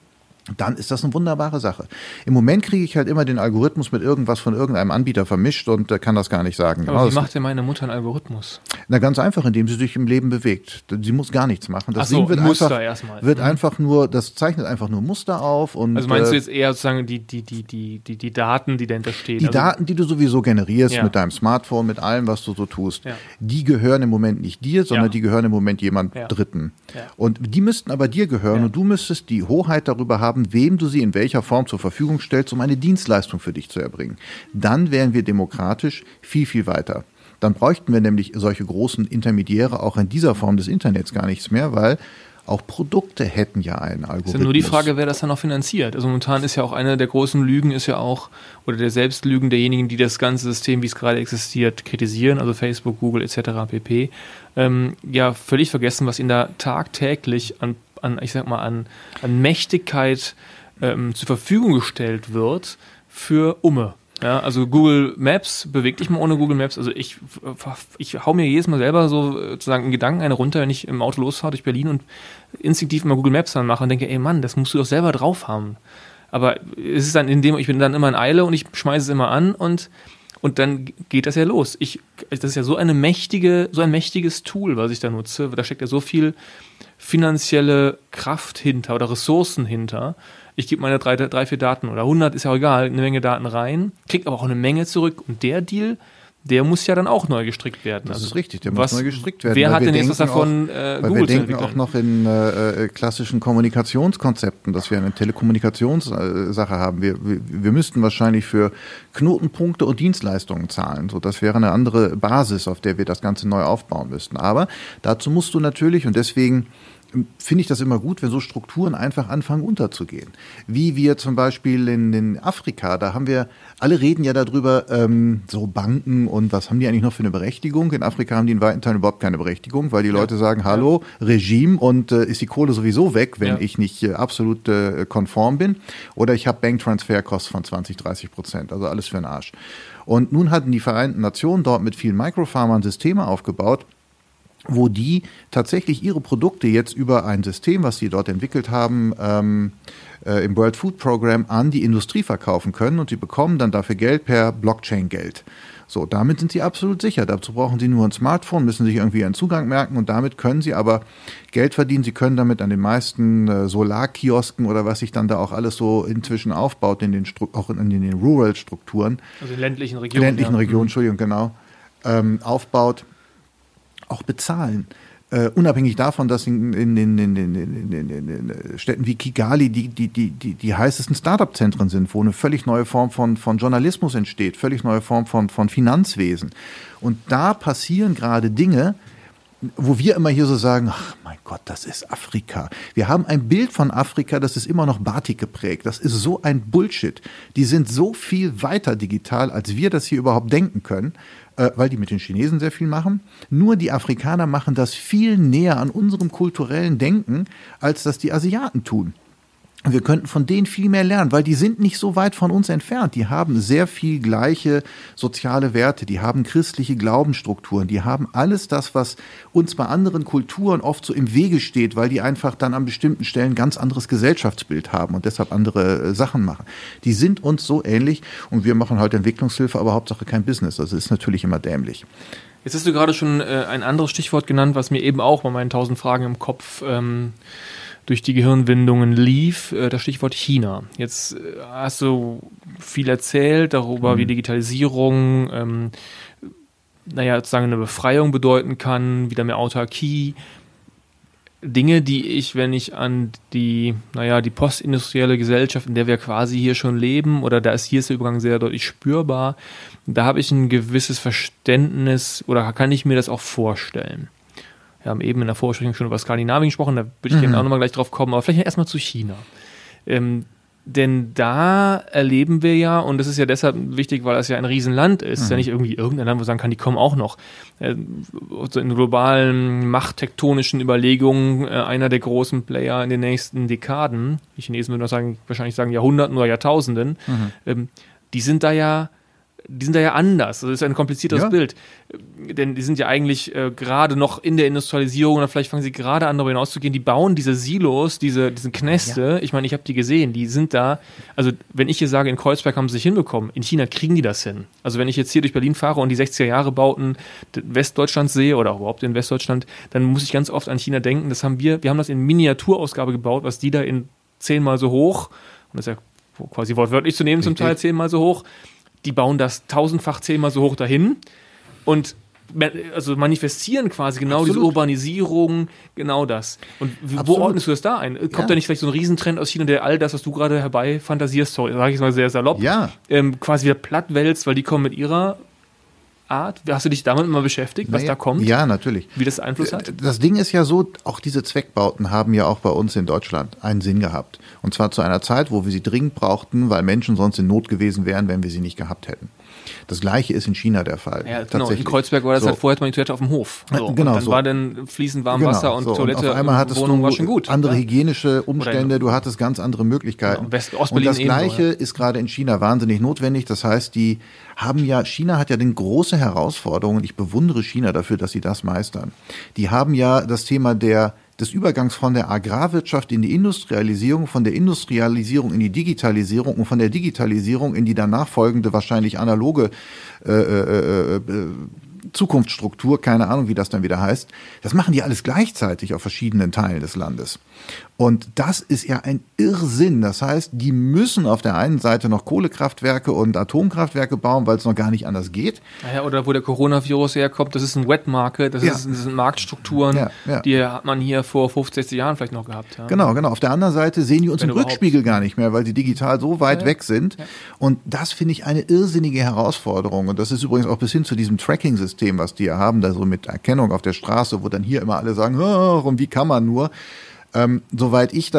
Speaker 1: dann ist das eine wunderbare Sache. Im Moment kriege ich halt immer den Algorithmus mit irgendwas von irgendeinem Anbieter vermischt und kann das gar nicht sagen.
Speaker 2: Aber wie macht denn meine Mutter einen Algorithmus?
Speaker 1: Na, ganz einfach, indem sie sich im Leben bewegt. Sie muss gar nichts machen. Das Ding wird einfach nur, das zeichnet einfach nur Muster auf. Und,
Speaker 2: also meinst du jetzt eher sozusagen die Daten, die dahinter stehen?
Speaker 1: Die Daten, die du sowieso generierst mit deinem Smartphone, mit allem, was du so tust, die gehören im Moment nicht dir, sondern die gehören im Moment jemand Dritten. Ja. Und die müssten aber dir gehören und du müsstest die Hoheit darüber haben, wem du sie in welcher Form zur Verfügung stellst, um eine Dienstleistung für dich zu erbringen. Dann wären wir demokratisch viel, viel weiter. Dann bräuchten wir nämlich solche großen Intermediäre auch in dieser Form des Internets gar nichts mehr, weil auch Produkte hätten ja einen Algorithmus.
Speaker 2: Es ist ja nur die Frage, wer das dann noch finanziert. Also momentan ist ja auch eine der großen Lügen, ist ja auch, oder der Selbstlügen derjenigen, die das ganze System, wie es gerade existiert, kritisieren, also Facebook, Google etc. pp. Ja, völlig vergessen, was ihnen da tagtäglich an Mächtigkeit zur Verfügung gestellt wird für Umme. Ja, also Google Maps, beweg dich mal ohne Google Maps. Also ich hau mir jedes Mal selber so sozusagen in Gedanken eine runter, wenn ich im Auto losfahre durch Berlin und instinktiv mal Google Maps anmache und denke, ey Mann, das musst du doch selber drauf haben. Aber es ist dann ich bin dann immer in Eile und ich schmeiße es immer an und dann geht das ja los. Das ist ja so ein mächtiges Tool, was ich da nutze. Da steckt ja so viel finanzielle Kraft hinter oder Ressourcen hinter. Ich gebe meine 3-4 Daten oder 100, ist ja auch egal, eine Menge Daten rein, kriege aber auch eine Menge zurück. Und der Deal, der muss ja dann auch neu gestrickt werden.
Speaker 1: Das ist richtig, der muss neu gestrickt werden.
Speaker 2: Wer hat denn jetzt was davon,
Speaker 1: Google zu entwickeln? Wir denken auch noch in klassischen Kommunikationskonzepten, dass wir eine Telekommunikationssache haben. Wir müssten wahrscheinlich für Knotenpunkte und Dienstleistungen zahlen. So, das wäre eine andere Basis, auf der wir das Ganze neu aufbauen müssten. Aber dazu musst du natürlich, und deswegen finde ich das immer gut, wenn so Strukturen einfach anfangen unterzugehen. Wie wir zum Beispiel in Afrika, da haben wir, alle reden ja darüber, so Banken und was haben die eigentlich noch für eine Berechtigung? In Afrika haben die in weiten Teilen überhaupt keine Berechtigung, weil die Leute sagen, hallo, Regime und ist die Kohle sowieso weg, wenn ich nicht absolut konform bin. Oder ich habe Banktransferkosten von 20-30%, also alles für den Arsch. Und nun hatten die Vereinten Nationen dort mit vielen Microfarmern Systeme aufgebaut, wo die tatsächlich ihre Produkte jetzt über ein System, was sie dort entwickelt haben, im World Food Program an die Industrie verkaufen können und sie bekommen dann dafür Geld per Blockchain-Geld. So, damit sind sie absolut sicher. Dazu brauchen sie nur ein Smartphone, müssen sich irgendwie einen Zugang merken und damit können sie aber Geld verdienen. Sie können damit an den meisten Solarkiosken oder was sich dann da auch alles so inzwischen aufbaut, auch in den Rural-Strukturen. Also in ländlichen Regionen. Entschuldigung, genau. Aufbaut. Auch bezahlen. Unabhängig davon, dass in Städten wie Kigali die heißesten Start-up-Zentren sind, wo eine völlig neue Form von Journalismus entsteht, völlig neue Form von Finanzwesen. Und da passieren gerade Dinge, wo wir immer hier so sagen, ach mein Gott, das ist Afrika. Wir haben ein Bild von Afrika, das ist immer noch Batik geprägt. Das ist so ein Bullshit. Die sind so viel weiter digital, als wir das hier überhaupt denken können, weil die mit den Chinesen sehr viel machen. Nur die Afrikaner machen das viel näher an unserem kulturellen Denken, als das die Asiaten tun. Wir könnten von denen viel mehr lernen, weil die sind nicht so weit von uns entfernt. Die haben sehr viel gleiche soziale Werte, die haben christliche Glaubensstrukturen, die haben alles das, was uns bei anderen Kulturen oft so im Wege steht, weil die einfach dann an bestimmten Stellen ganz anderes Gesellschaftsbild haben und deshalb andere Sachen machen. Die sind uns so ähnlich und wir machen halt Entwicklungshilfe, aber Hauptsache kein Business. Das ist natürlich immer dämlich.
Speaker 2: Jetzt hast du gerade schon ein anderes Stichwort genannt, was mir eben auch bei meinen 1000 Fragen im Kopf durch die Gehirnwindungen lief, das Stichwort China. Jetzt hast du viel erzählt darüber, wie Digitalisierung sozusagen eine Befreiung bedeuten kann, wieder mehr Autarkie. Dinge, die ich, wenn ich an die postindustrielle Gesellschaft, in der wir quasi hier schon leben, oder hier ist der Übergang sehr deutlich spürbar, da habe ich ein gewisses Verständnis oder kann ich mir das auch vorstellen. Wir haben eben in der Vorbesprechung schon über Skandinavien gesprochen, da würde ich gerne auch nochmal gleich drauf kommen, aber vielleicht erstmal zu China. Denn da erleben wir ja, und das ist ja deshalb wichtig, weil das ja ein Riesenland ist, ja nicht irgendwie irgendein Land, wo man sagen kann, die kommen auch noch. So in globalen machttektonischen Überlegungen einer der großen Player in den nächsten Dekaden, die Chinesen würden wahrscheinlich sagen Jahrhunderten oder Jahrtausenden, die sind da ja die sind da ja anders. Das ist ein komplizierteres Bild. Denn die sind ja eigentlich gerade noch in der Industrialisierung oder vielleicht fangen sie gerade an, darüber hinauszugehen. Die bauen diese Silos, diesen Knäste. Ich meine, ich habe die gesehen. Die sind da, also wenn ich hier sage, in Kreuzberg haben sie sich hinbekommen, in China kriegen die das hin. Also wenn ich jetzt hier durch Berlin fahre und die 60er-Jahre-Bauten Westdeutschlands sehe oder auch überhaupt in Westdeutschland, dann muss ich ganz oft an China denken. Das haben wir haben das in Miniaturausgabe gebaut, was die da in 10-mal so hoch, und das ist ja quasi wortwörtlich zu nehmen,
Speaker 1: Richtig.
Speaker 2: zum Teil 10-mal so hoch, die bauen das 1000-fach 10-mal so hoch dahin und also manifestieren quasi genau diese Urbanisierung, genau das. Und wo ordnest du das da ein? Kommt da nicht vielleicht so ein Riesentrend aus China, der all das, was du gerade herbei fantasierst, sorry, sage ich mal sehr salopp, quasi wieder plattwälzt, weil die kommen mit ihrer Art? Hast du dich damit mal beschäftigt, was da kommt?
Speaker 1: Ja, natürlich.
Speaker 2: Wie das Einfluss hat?
Speaker 1: Das Ding ist ja so, auch diese Zweckbauten haben ja auch bei uns in Deutschland einen Sinn gehabt. Und zwar zu einer Zeit, wo wir sie dringend brauchten, weil Menschen sonst in Not gewesen wären, wenn wir sie nicht gehabt hätten. Das Gleiche ist in China der Fall.
Speaker 2: Ja, genau. In Kreuzberg war das halt vorher, hat man die Toilette auf dem Hof. So.
Speaker 1: Genau,
Speaker 2: und dann war dann fließend warmes Wasser und Toilette
Speaker 1: und auf einmal hattest
Speaker 2: Wohnung
Speaker 1: du
Speaker 2: war schon gut.
Speaker 1: Andere hygienische Umstände, du hattest ganz andere Möglichkeiten.
Speaker 2: Genau.
Speaker 1: Und das Gleiche ist gerade in China wahnsinnig notwendig. Das heißt, China hat ja eine große Herausforderung und ich bewundere China dafür, dass sie das meistern. Die haben ja das Thema des Übergangs von der Agrarwirtschaft in die Industrialisierung, von der Industrialisierung in die Digitalisierung und von der Digitalisierung in die danach folgende wahrscheinlich analoge Zukunftsstruktur, keine Ahnung, wie das dann wieder heißt. Das machen die alles gleichzeitig auf verschiedenen Teilen des Landes. Und das ist ja ein Irrsinn. Das heißt, die müssen auf der einen Seite noch Kohlekraftwerke und Atomkraftwerke bauen, weil es noch gar nicht anders geht.
Speaker 2: Naja, oder wo der Coronavirus herkommt, das ist ein Wet Market, das sind Marktstrukturen, die hat man hier vor 50, 60 Jahren vielleicht noch gehabt. Ja.
Speaker 1: Genau. Auf der anderen Seite sehen die uns im Rückspiegel gar nicht mehr, weil sie digital so weit weg sind. Ja. Und das finde ich eine irrsinnige Herausforderung. Und das ist übrigens auch bis hin zu diesem Tracking-System, was die ja haben, da so mit Erkennung auf der Straße, wo dann hier immer alle sagen, und wie kann man nur? Soweit ich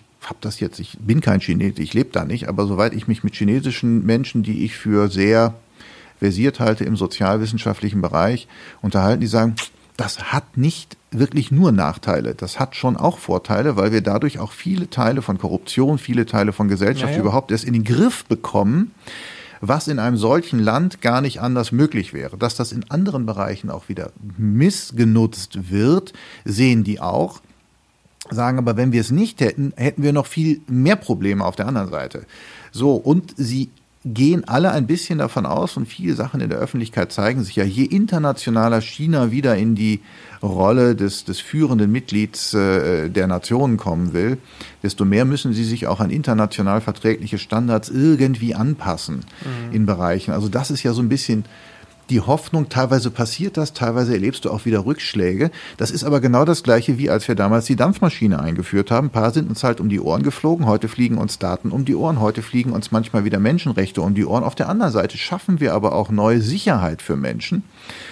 Speaker 1: bin kein Chinese, ich lebe da nicht, aber soweit ich mich mit chinesischen Menschen, die ich für sehr versiert halte im sozialwissenschaftlichen Bereich, unterhalten, die sagen, das hat nicht wirklich nur Nachteile, das hat schon auch Vorteile, weil wir dadurch auch viele Teile von Korruption, viele Teile von Gesellschaft überhaupt erst in den Griff bekommen, was in einem solchen Land gar nicht anders möglich wäre. Dass das in anderen Bereichen auch wieder missgenutzt wird, sehen die auch. Sagen aber, wenn wir es nicht hätten, hätten wir noch viel mehr Probleme auf der anderen Seite. So, und sie gehen alle ein bisschen davon aus, und viele Sachen in der Öffentlichkeit zeigen sich ja, je internationaler China wieder in die Rolle des führenden Mitglieds der Nationen kommen will, desto mehr müssen sie sich auch an international verträgliche Standards irgendwie anpassen in Bereichen. Also das ist ja so ein bisschen die Hoffnung, teilweise passiert das, teilweise erlebst du auch wieder Rückschläge. Das ist aber genau das Gleiche, wie als wir damals die Dampfmaschine eingeführt haben. Ein paar sind uns halt um die Ohren geflogen, heute fliegen uns Daten um die Ohren, heute fliegen uns manchmal wieder Menschenrechte um die Ohren. Auf der anderen Seite schaffen wir aber auch neue Sicherheit für Menschen.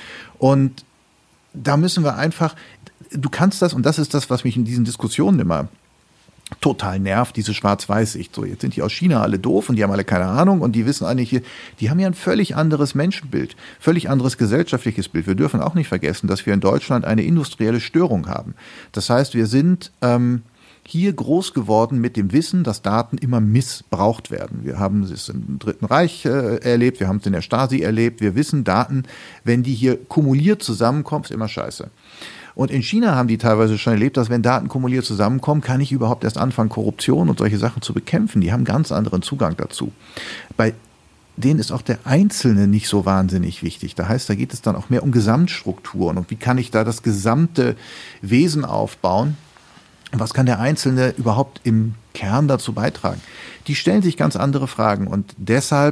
Speaker 1: Und da müssen wir einfach, du kannst das, und das ist das, was mich in diesen Diskussionen immer total nervt, diese Schwarz-Weiß-Sicht. So, jetzt sind die aus China alle doof und die haben alle keine Ahnung und die wissen eigentlich, die haben ja ein völlig anderes Menschenbild, völlig anderes gesellschaftliches Bild. Wir dürfen auch nicht vergessen, dass wir in Deutschland eine industrielle Störung haben. Das heißt, wir sind hier groß geworden mit dem Wissen, dass Daten immer missbraucht werden. Wir haben es im Dritten Reich erlebt, wir haben es in der Stasi erlebt. Wir wissen, Daten, wenn die hier kumuliert zusammenkommen, ist immer scheiße. Und in China haben die teilweise schon erlebt, dass wenn Daten kumuliert zusammenkommen, kann ich überhaupt erst anfangen, Korruption und solche Sachen zu bekämpfen. Die haben ganz anderen Zugang dazu. Bei denen ist auch der Einzelne nicht so wahnsinnig wichtig. Das heißt, da geht es dann auch mehr um Gesamtstrukturen. Und wie kann ich da das gesamte Wesen aufbauen? Was kann der Einzelne überhaupt im Kern dazu beitragen? Die stellen sich ganz andere Fragen. Und deshalb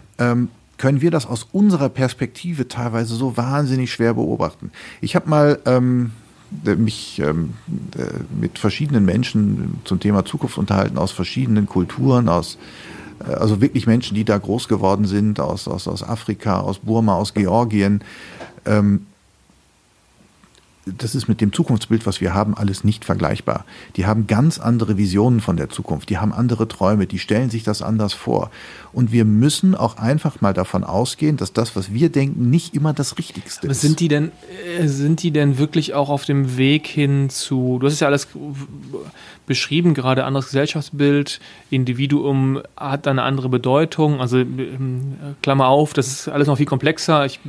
Speaker 1: können wir das aus unserer Perspektive teilweise so wahnsinnig schwer beobachten. Ich habe mal mich mit verschiedenen Menschen zum Thema Zukunft unterhalten, aus verschiedenen Kulturen, also wirklich Menschen, die da groß geworden sind, aus Afrika, aus Burma, aus Georgien. das ist mit dem Zukunftsbild, was wir haben, alles nicht vergleichbar. Die haben ganz andere Visionen von der Zukunft, die haben andere Träume, die stellen sich das anders vor. Und wir müssen auch einfach mal davon ausgehen, dass das, was wir denken, nicht immer das Richtigste ist.
Speaker 2: Sind die denn wirklich auch auf dem Weg hin zu, du hast es ja alles beschrieben, gerade anderes Gesellschaftsbild, Individuum hat eine andere Bedeutung, also Klammer auf, das ist alles noch viel komplexer. Ich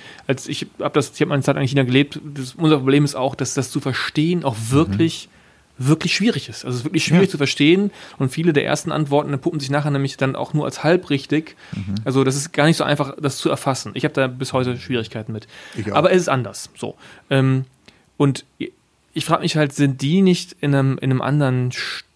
Speaker 2: habe meine Zeit in China gelebt, unser Problem ist auch, dass das zu verstehen auch wirklich schwierig ist. Also es ist wirklich schwierig zu verstehen und viele der ersten Antworten puppen sich nachher nämlich dann auch nur als halbrichtig. Also das ist gar nicht so einfach, das zu erfassen. Ich habe da bis heute Schwierigkeiten mit. Aber es ist anders. So. Und ich frage mich halt, sind die nicht in einem anderen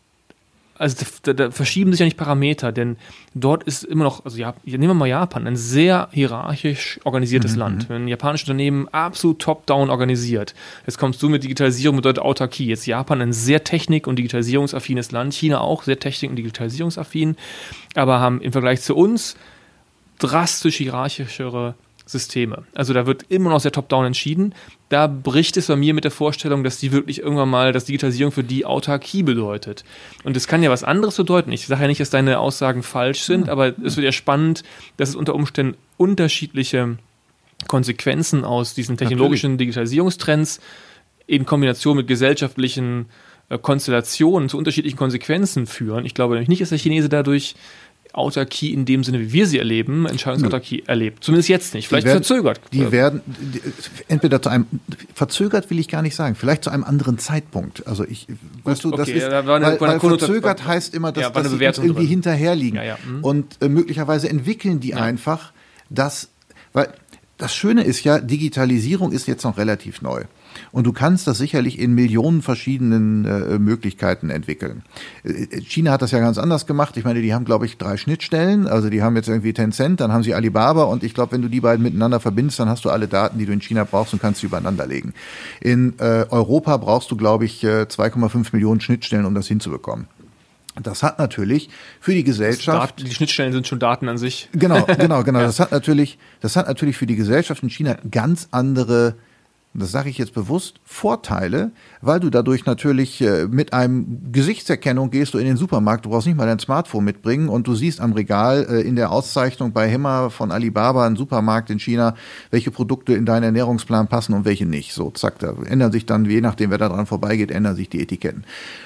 Speaker 2: also da verschieben sich ja nicht Parameter, denn dort ist immer noch, also ja, nehmen wir mal Japan, ein sehr hierarchisch organisiertes Land. Ein japanisches Unternehmen absolut top-down organisiert. Jetzt kommst du mit Digitalisierung, bedeutet Autarkie. Jetzt Japan ein sehr technik- und digitalisierungsaffines Land, China auch sehr technik- und digitalisierungsaffin, aber haben im Vergleich zu uns drastisch hierarchischere Systeme. Also da wird immer noch sehr top-down entschieden. Da bricht es bei mir mit der Vorstellung, dass die wirklich irgendwann mal, dass Digitalisierung für die Autarkie bedeutet. Und das kann ja was anderes bedeuten. Ich sage ja nicht, dass deine Aussagen falsch sind, aber es wird ja spannend, dass es unter Umständen unterschiedliche Konsequenzen aus diesen technologischen Digitalisierungstrends in Kombination mit gesellschaftlichen Konstellationen zu unterschiedlichen Konsequenzen führen. Ich glaube nämlich nicht, dass der Chinese dadurch Autarkie in dem Sinne, wie wir sie erleben, Entscheidungsautarkie erlebt. Zumindest jetzt nicht. Vielleicht verzögert.
Speaker 1: Die werden entweder zu einem, verzögert will ich gar nicht sagen, vielleicht zu einem anderen Zeitpunkt. Also weißt du, das ist, weil verzögert heißt immer, dass sie uns irgendwie hinterherliegen. Und möglicherweise entwickeln die einfach das, weil das Schöne ist ja, Digitalisierung ist jetzt noch relativ neu. Und du kannst das sicherlich in Millionen verschiedenen Möglichkeiten entwickeln. China hat das ja ganz anders gemacht. Ich meine, die haben, glaube ich, 3 Schnittstellen. Also die haben jetzt irgendwie Tencent, dann haben sie Alibaba. Und ich glaube, wenn du die beiden miteinander verbindest, dann hast du alle Daten, die du in China brauchst und kannst sie übereinander legen. In Europa brauchst du, glaube ich, 2,5 Millionen Schnittstellen, um das hinzubekommen. Das hat natürlich für die Gesellschaft...
Speaker 2: Die Schnittstellen sind schon Daten an sich.
Speaker 1: Genau. Das hat natürlich für die Gesellschaft in China ganz andere, das sage ich jetzt bewusst, Vorteile, weil du dadurch natürlich mit einem Gesichtserkennung gehst du in den Supermarkt, du brauchst nicht mal dein Smartphone mitbringen und du siehst am Regal in der Auszeichnung bei Hema von Alibaba, ein Supermarkt in China, welche Produkte in deinen Ernährungsplan passen und welche nicht. So, zack, da ändern sich dann, je nachdem wer da dran vorbeigeht, ändern sich die Etiketten.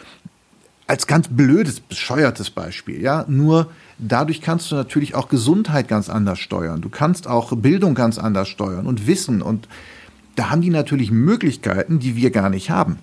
Speaker 1: Als ganz blödes, bescheuertes Beispiel, ja, nur dadurch kannst du natürlich auch Gesundheit ganz anders steuern. Du kannst auch Bildung ganz anders steuern und Wissen und da haben die natürlich Möglichkeiten, die wir gar nicht haben.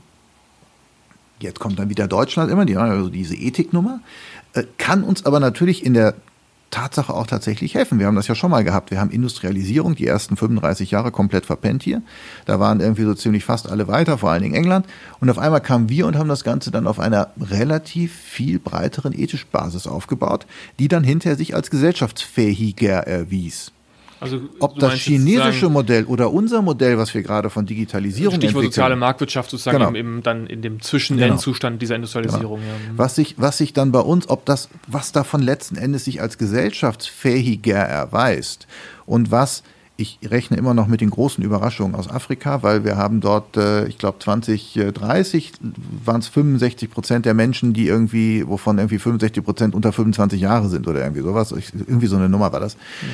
Speaker 1: Jetzt kommt dann wieder Deutschland immer, also diese Ethiknummer, kann uns aber natürlich in der Tatsache auch tatsächlich helfen. Wir haben das ja schon mal gehabt. Wir haben Industrialisierung, die ersten 35 Jahre komplett verpennt hier. Da waren irgendwie so ziemlich fast alle weiter, vor allen Dingen England. Und auf einmal kamen wir und haben das Ganze dann auf einer relativ viel breiteren ethischen Basis aufgebaut, die dann hinterher sich als gesellschaftsfähiger erwies.
Speaker 2: Also,
Speaker 1: ob das chinesische Modell oder unser Modell, was wir gerade von Digitalisierung
Speaker 2: Stichwort
Speaker 1: entwickeln.
Speaker 2: soziale Marktwirtschaft sozusagen
Speaker 1: Genau.
Speaker 2: eben dann in dem Zwischenendzustand dieser Industrialisierung.
Speaker 1: Genau. Was sich dann bei uns, was davon letzten Endes sich als gesellschaftsfähiger erweist und ich rechne immer noch mit den großen Überraschungen aus Afrika, weil wir haben dort, ich glaube 2030 waren es 65% der Menschen, die wovon irgendwie 65% unter 25 Jahre sind oder irgendwie sowas. Irgendwie so eine Nummer war das.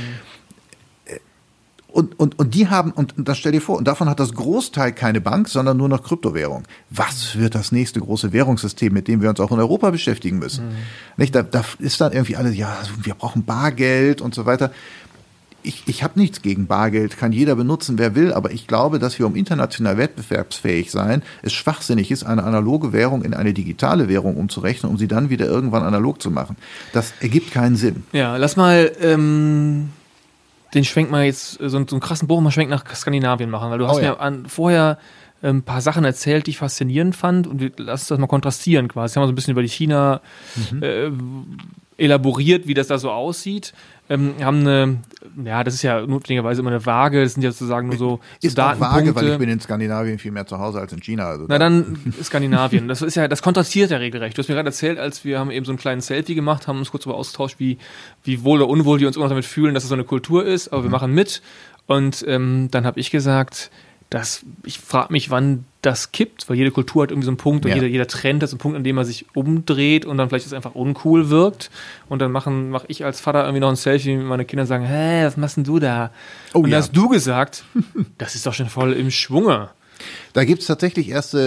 Speaker 1: Und die haben, und das stell dir vor, und davon hat das Großteil keine Bank, sondern nur noch Kryptowährung. Was wird das nächste große Währungssystem, mit dem wir uns auch in Europa beschäftigen müssen? Nicht? Da ist dann irgendwie alles, ja, wir brauchen Bargeld und so weiter. Ich habe nichts gegen Bargeld, kann jeder benutzen, wer will, aber ich glaube, dass wir, um international wettbewerbsfähig sein, es schwachsinnig ist, eine analoge Währung in eine digitale Währung umzurechnen, um sie dann wieder irgendwann analog zu machen. Das ergibt keinen Sinn.
Speaker 2: Ja, lass mal den Schwenk mal jetzt, so einen krassen Bogen mal Schwenk nach Skandinavien machen, weil du hast mir vorher ein paar Sachen erzählt, die ich faszinierend fand und lass uns das mal kontrastieren quasi. Haben wir so ein bisschen über die China elaboriert, wie das da so aussieht. Haben das ist ja notwendigerweise immer eine Waage, das sind ja sozusagen nur so
Speaker 1: ist
Speaker 2: Datenpunkte.
Speaker 1: Auch Waage, weil ich bin in Skandinavien viel mehr zu Hause als in China. Also
Speaker 2: na dann Skandinavien, das kontrastiert ja regelrecht. Du hast mir gerade erzählt, als wir haben eben so einen kleinen Selfie gemacht, haben uns kurz darüber ausgetauscht, wie wohl oder unwohl wir uns immer noch damit fühlen, dass es so eine Kultur ist, aber wir machen mit. Und dann habe ich gesagt, ich frage mich, wann das kippt, weil jede Kultur hat irgendwie so einen Punkt und jeder Trend hat so einen Punkt, an dem er sich umdreht und dann vielleicht es einfach uncool wirkt und dann mache ich als Vater irgendwie noch ein Selfie und meine Kinder sagen, hä, was machst denn du da? Und da hast du gesagt, das ist doch schon voll im Schwunge.
Speaker 1: Da gibt es tatsächlich erste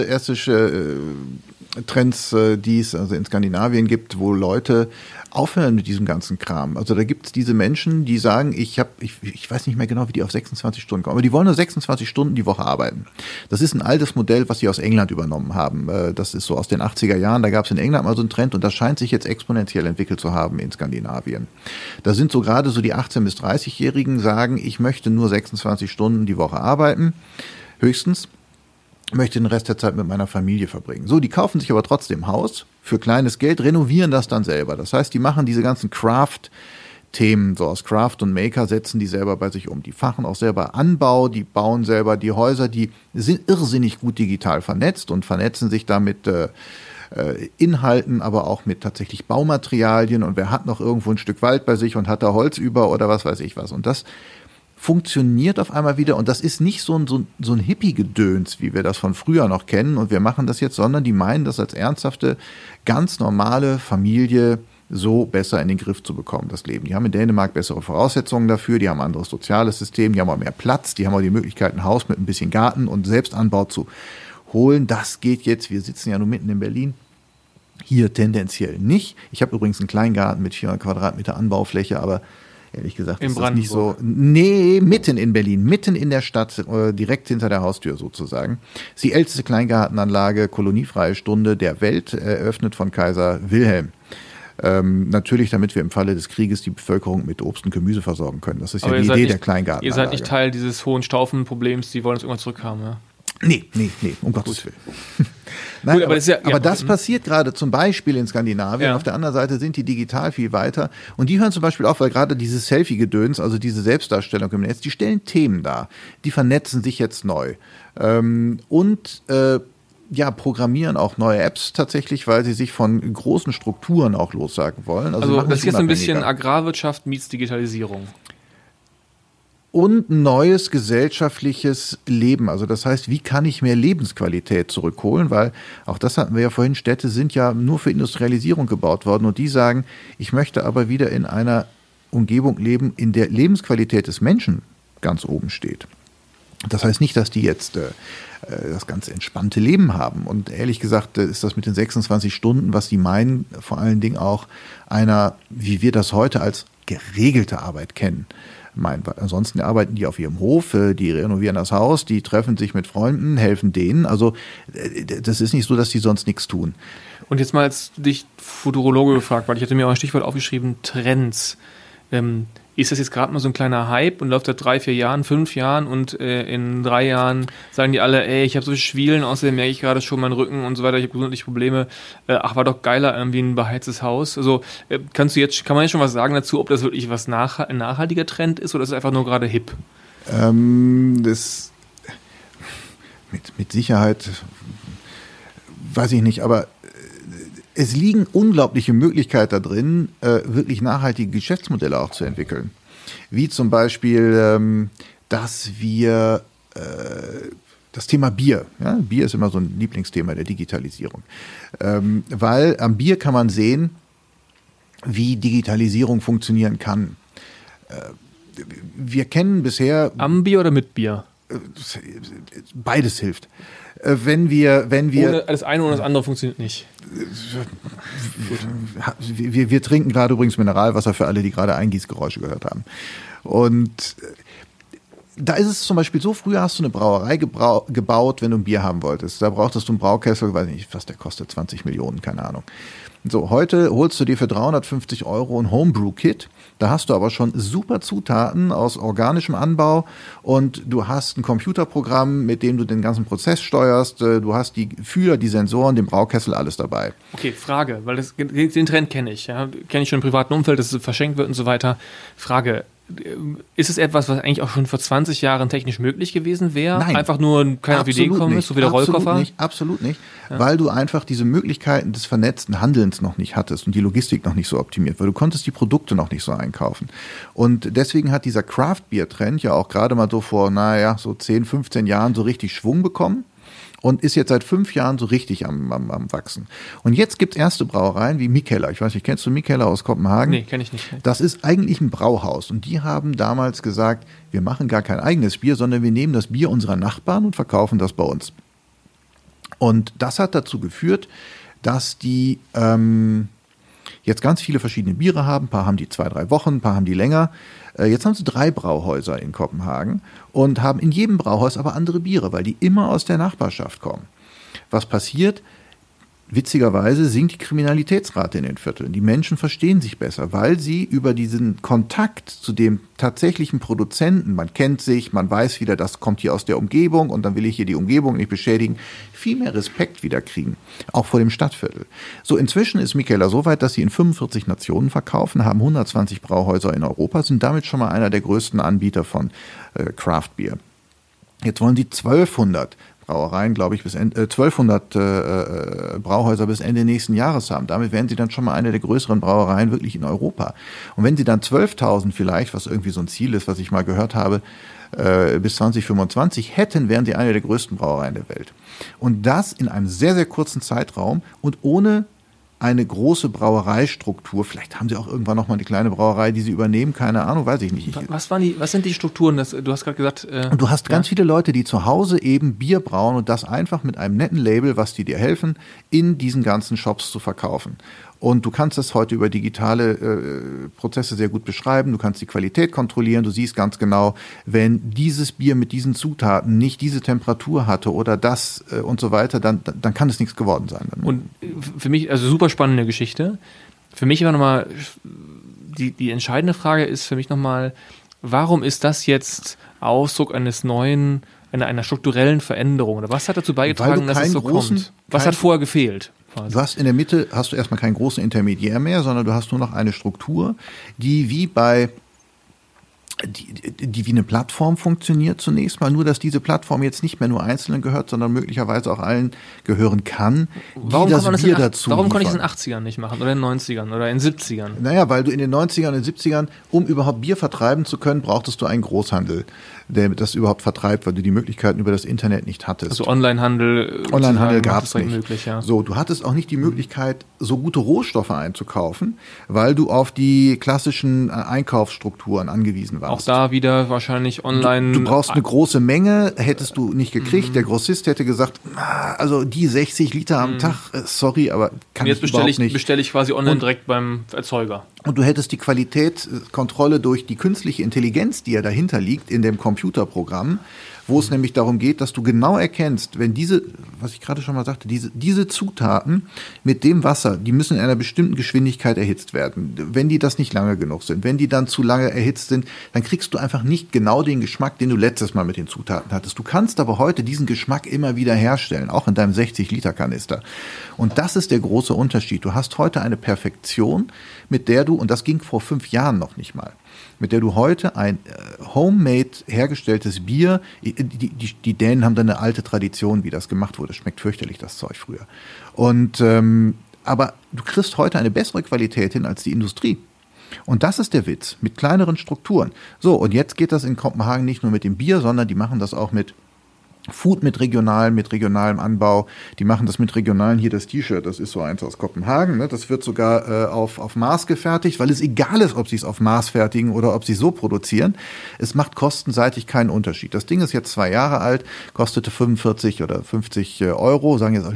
Speaker 1: Trends, die es also in Skandinavien gibt, wo Leute aufhören mit diesem ganzen Kram. Also da gibt es diese Menschen, die sagen, ich weiß nicht mehr genau, wie die auf 26 Stunden kommen, aber die wollen nur 26 Stunden die Woche arbeiten. Das ist ein altes Modell, was sie aus England übernommen haben. Das ist so aus den 80er Jahren, da gab es in England mal so einen Trend und das scheint sich jetzt exponentiell entwickelt zu haben in Skandinavien. Da sind so gerade so die 18- bis 30-Jährigen sagen, ich möchte nur 26 Stunden die Woche arbeiten, höchstens. Möchte den Rest der Zeit mit meiner Familie verbringen. So, die kaufen sich aber trotzdem Haus für kleines Geld, renovieren das dann selber. Das heißt, die machen diese ganzen Craft-Themen, so aus Craft und Maker, setzen die selber bei sich um. Die machen auch selber Anbau, die bauen selber die Häuser, die sind irrsinnig gut digital vernetzt und vernetzen sich da mit Inhalten, aber auch mit tatsächlich Baumaterialien und wer hat noch irgendwo ein Stück Wald bei sich und hat da Holz über oder was weiß ich was. Und das funktioniert auf einmal wieder und das ist nicht so ein Hippie-Gedöns, wie wir das von früher noch kennen und wir machen das jetzt, sondern die meinen das als ernsthafte, ganz normale Familie so besser in den Griff zu bekommen, das Leben. Die haben in Dänemark bessere Voraussetzungen dafür, die haben ein anderes soziales System, die haben auch mehr Platz, die haben auch die Möglichkeit, ein Haus mit ein bisschen Garten und Selbstanbau zu holen. Das geht jetzt, wir sitzen ja nur mitten in Berlin, hier tendenziell nicht. Ich habe übrigens einen Kleingarten mit 400 Quadratmeter Anbaufläche, aber ehrlich gesagt ist das nicht so. Nee, mitten in Berlin, mitten in der Stadt, direkt hinter der Haustür sozusagen. Ist die älteste Kleingartenanlage, koloniefreie Stunde der Welt, eröffnet von Kaiser Wilhelm. Natürlich, damit wir im Falle des Krieges die Bevölkerung mit Obst und Gemüse versorgen können. Das ist ja die Idee der Kleingartenanlage.
Speaker 2: Ihr seid nicht Teil dieses Hohenstaufen-Problems, die wollen uns irgendwann zurückhaben, ja?
Speaker 1: Nee, um Gottes Willen. Nein, gut, aber das passiert gerade zum Beispiel in Skandinavien. Ja. Auf der anderen Seite sind die digital viel weiter. Und die hören zum Beispiel auf, weil gerade dieses Selfie-Gedöns, also diese Selbstdarstellung im Netz, die stellen Themen dar. Die vernetzen sich jetzt neu. Programmieren auch neue Apps tatsächlich, weil sie sich von großen Strukturen auch lossagen wollen.
Speaker 2: Also das ist jetzt ein bisschen Agrarwirtschaft meets Digitalisierung.
Speaker 1: Und neues gesellschaftliches Leben. Also das heißt, wie kann ich mehr Lebensqualität zurückholen? Weil, auch das hatten wir ja vorhin, Städte sind ja nur für Industrialisierung gebaut worden. Und die sagen, ich möchte aber wieder in einer Umgebung leben, in der Lebensqualität des Menschen ganz oben steht. Das heißt nicht, dass die jetzt das ganz entspannte Leben haben. Und ehrlich gesagt ist das mit den 26 Stunden, was die meinen, vor allen Dingen auch einer, wie wir das heute als geregelte Arbeit kennen. Ansonsten arbeiten die auf ihrem Hof, die renovieren das Haus, die treffen sich mit Freunden, helfen denen. Also das ist nicht so, dass die sonst nichts tun.
Speaker 2: Und jetzt mal als dich Futurologe gefragt, weil ich hatte mir auch ein Stichwort aufgeschrieben, Trends. Ist das jetzt gerade mal so ein kleiner Hype und läuft seit 3, 4 Jahren, 5 Jahren und in 3 Jahren sagen die alle, ey, ich habe so viel Schwielen, außerdem merke ich gerade schon meinen Rücken und so weiter, ich habe gesundheitliche Probleme. War doch geiler irgendwie ein beheiztes Haus. Also kann man jetzt schon was sagen dazu, ob das wirklich ein nachhaltiger Trend ist oder ist es einfach nur gerade hip?
Speaker 1: Das mit Sicherheit weiß ich nicht, aber es liegen unglaubliche Möglichkeiten da drin, wirklich nachhaltige Geschäftsmodelle auch zu entwickeln. Wie zum Beispiel, dass wir das Thema Bier, ja? Bier ist immer so ein Lieblingsthema der Digitalisierung, weil am Bier kann man sehen, wie Digitalisierung funktionieren kann. Wir kennen bisher...
Speaker 2: Am Bier oder mit Bier?
Speaker 1: Beides hilft. Wenn wir
Speaker 2: ohne das eine oder das andere funktioniert nicht.
Speaker 1: Wir trinken gerade übrigens Mineralwasser für alle, die gerade Eingießgeräusche gehört haben. Und da ist es zum Beispiel so, früher hast du eine Brauerei gebaut, wenn du ein Bier haben wolltest. Da brauchtest du einen Braukessel, weiß nicht, was der kostet, 20 Millionen, keine Ahnung. So, heute holst du dir für 350 € ein Homebrew-Kit. Da hast du aber schon super Zutaten aus organischem Anbau und du hast ein Computerprogramm, mit dem du den ganzen Prozess steuerst. Du hast die Fühler, die Sensoren, den Braukessel, alles dabei.
Speaker 2: Okay, Frage, weil den Trend kenne ich. Ja? Kenne ich schon im privaten Umfeld, dass es verschenkt wird und so weiter. Frage, ist es etwas, was eigentlich auch schon vor 20 Jahren technisch möglich gewesen wäre?
Speaker 1: Nein.
Speaker 2: Einfach nur keiner auf die Idee gekommen ist, so wie der Rollkoffer?
Speaker 1: Absolut nicht, weil du einfach diese Möglichkeiten des vernetzten Handelns noch nicht hattest und die Logistik noch nicht so optimiert, weil du konntest die Produkte noch nicht so einkaufen. Und deswegen hat dieser Craft-Beer-Trend ja auch gerade mal so vor, so 10, 15 Jahren so richtig Schwung bekommen. Und ist jetzt seit 5 Jahren so richtig am Wachsen. Und jetzt gibt's erste Brauereien wie Mikkeller. Ich weiß nicht, kennst du Mikkeller aus Kopenhagen?
Speaker 2: Nee, kenne ich nicht.
Speaker 1: Das ist eigentlich ein Brauhaus. Und die haben damals gesagt, wir machen gar kein eigenes Bier, sondern wir nehmen das Bier unserer Nachbarn und verkaufen das bei uns. Und das hat dazu geführt, dass die jetzt ganz viele verschiedene Biere haben. Ein paar haben die 2, 3 Wochen, ein paar haben die länger. Jetzt haben sie 3 Brauhäuser in Kopenhagen und haben in jedem Brauhaus aber andere Biere, weil die immer aus der Nachbarschaft kommen. Was passiert? Witzigerweise sinkt die Kriminalitätsrate in den Vierteln. Die Menschen verstehen sich besser, weil sie über diesen Kontakt zu dem tatsächlichen Produzenten, man kennt sich, man weiß wieder, das kommt hier aus der Umgebung und dann will ich hier die Umgebung nicht beschädigen, viel mehr Respekt wieder kriegen, auch vor dem Stadtviertel. So, inzwischen ist Mikkeller so weit, dass sie in 45 Nationen verkaufen, haben 120 Brauhäuser in Europa, sind damit schon mal einer der größten Anbieter von Craft Beer. Jetzt wollen sie 1200 Brauereien, glaube ich, 1200 Brauhäuser bis Ende nächsten Jahres haben. Damit wären sie dann schon mal eine der größeren Brauereien wirklich in Europa. Und wenn sie dann 12.000 vielleicht, was irgendwie so ein Ziel ist, was ich mal gehört habe, bis 2025 hätten, wären sie eine der größten Brauereien der Welt. Und das in einem sehr, sehr kurzen Zeitraum und ohne eine große Brauereistruktur. Vielleicht haben sie auch irgendwann noch mal eine kleine Brauerei, die sie übernehmen. Keine Ahnung, weiß ich nicht.
Speaker 2: Was sind die Strukturen? Du hast gerade gesagt...
Speaker 1: und du hast ganz viele Leute, die zu Hause eben Bier brauen und das einfach mit einem netten Label, was die dir helfen, in diesen ganzen Shops zu verkaufen. Und du kannst das heute über digitale Prozesse sehr gut beschreiben. Du kannst die Qualität kontrollieren. Du siehst ganz genau, wenn dieses Bier mit diesen Zutaten nicht diese Temperatur hatte oder das und so weiter, dann kann es nichts geworden sein.
Speaker 2: Und für mich, also super spannende Geschichte. Für mich aber nochmal, die entscheidende Frage ist für mich nochmal, warum ist das jetzt Ausdruck eines neuen, einer strukturellen Veränderung? Oder was hat dazu beigetragen, dass es so kommt? Was hat vorher gefehlt?
Speaker 1: Du hast in der Mitte, hast du erstmal keinen großen Intermediär mehr, sondern du hast nur noch eine Struktur, die wie wie eine Plattform funktioniert zunächst mal, nur dass diese Plattform jetzt nicht mehr nur Einzelnen gehört, sondern möglicherweise auch allen gehören kann,
Speaker 2: warum konnte ich es in den 80ern nicht machen oder in den 90ern oder in den 70ern?
Speaker 1: Naja, weil du in den 90ern und 70ern, um überhaupt Bier vertreiben zu können, brauchtest du einen Großhandel, der das überhaupt vertreibt, weil du die Möglichkeiten über das Internet nicht hattest.
Speaker 2: Also Onlinehandel
Speaker 1: gab es nicht.
Speaker 2: Möglich, ja.
Speaker 1: So, du hattest auch nicht die Möglichkeit, so gute Rohstoffe einzukaufen, weil du auf die klassischen Einkaufsstrukturen angewiesen warst.
Speaker 2: Auch da wieder wahrscheinlich online.
Speaker 1: Du brauchst eine große Menge, hättest du nicht gekriegt. Der Grossist hätte gesagt, also die 60 Liter am Tag, sorry, aber kann ich überhaupt nicht.
Speaker 2: Jetzt bestelle ich quasi online direkt beim Erzeuger.
Speaker 1: Und du hättest die Qualitätskontrolle durch die künstliche Intelligenz, die ja dahinter liegt in dem Computerprogramm, wo es nämlich darum geht, dass du genau erkennst, wenn diese, was ich gerade schon mal sagte, diese Zutaten mit dem Wasser, die müssen in einer bestimmten Geschwindigkeit erhitzt werden. Wenn die das nicht lange genug sind, wenn die dann zu lange erhitzt sind, dann kriegst du einfach nicht genau den Geschmack, den du letztes Mal mit den Zutaten hattest. Du kannst aber heute diesen Geschmack immer wieder herstellen, auch in deinem 60-Liter-Kanister. Und das ist der große Unterschied. Du hast heute eine Perfektion, mit der du, und das ging vor 5 Jahren noch nicht mal, mit der du heute ein homemade hergestelltes Bier, die Dänen haben da eine alte Tradition, wie das gemacht wurde. Schmeckt fürchterlich, das Zeug früher. Und aber du kriegst heute eine bessere Qualität hin als die Industrie. Und das ist der Witz, mit kleineren Strukturen. So, und jetzt geht das in Kopenhagen nicht nur mit dem Bier, sondern die machen das auch mit Food mit regionalem Anbau. Die machen das mit regionalen, hier das T-Shirt, das ist so eins aus Kopenhagen, ne? Das wird sogar auf Maß gefertigt, weil es egal ist, ob sie es auf Maß fertigen oder ob sie es so produzieren. Es macht kostenseitig keinen Unterschied. Das Ding ist jetzt 2 Jahre alt, kostete 45 oder 50 Euro, sagen jetzt alle,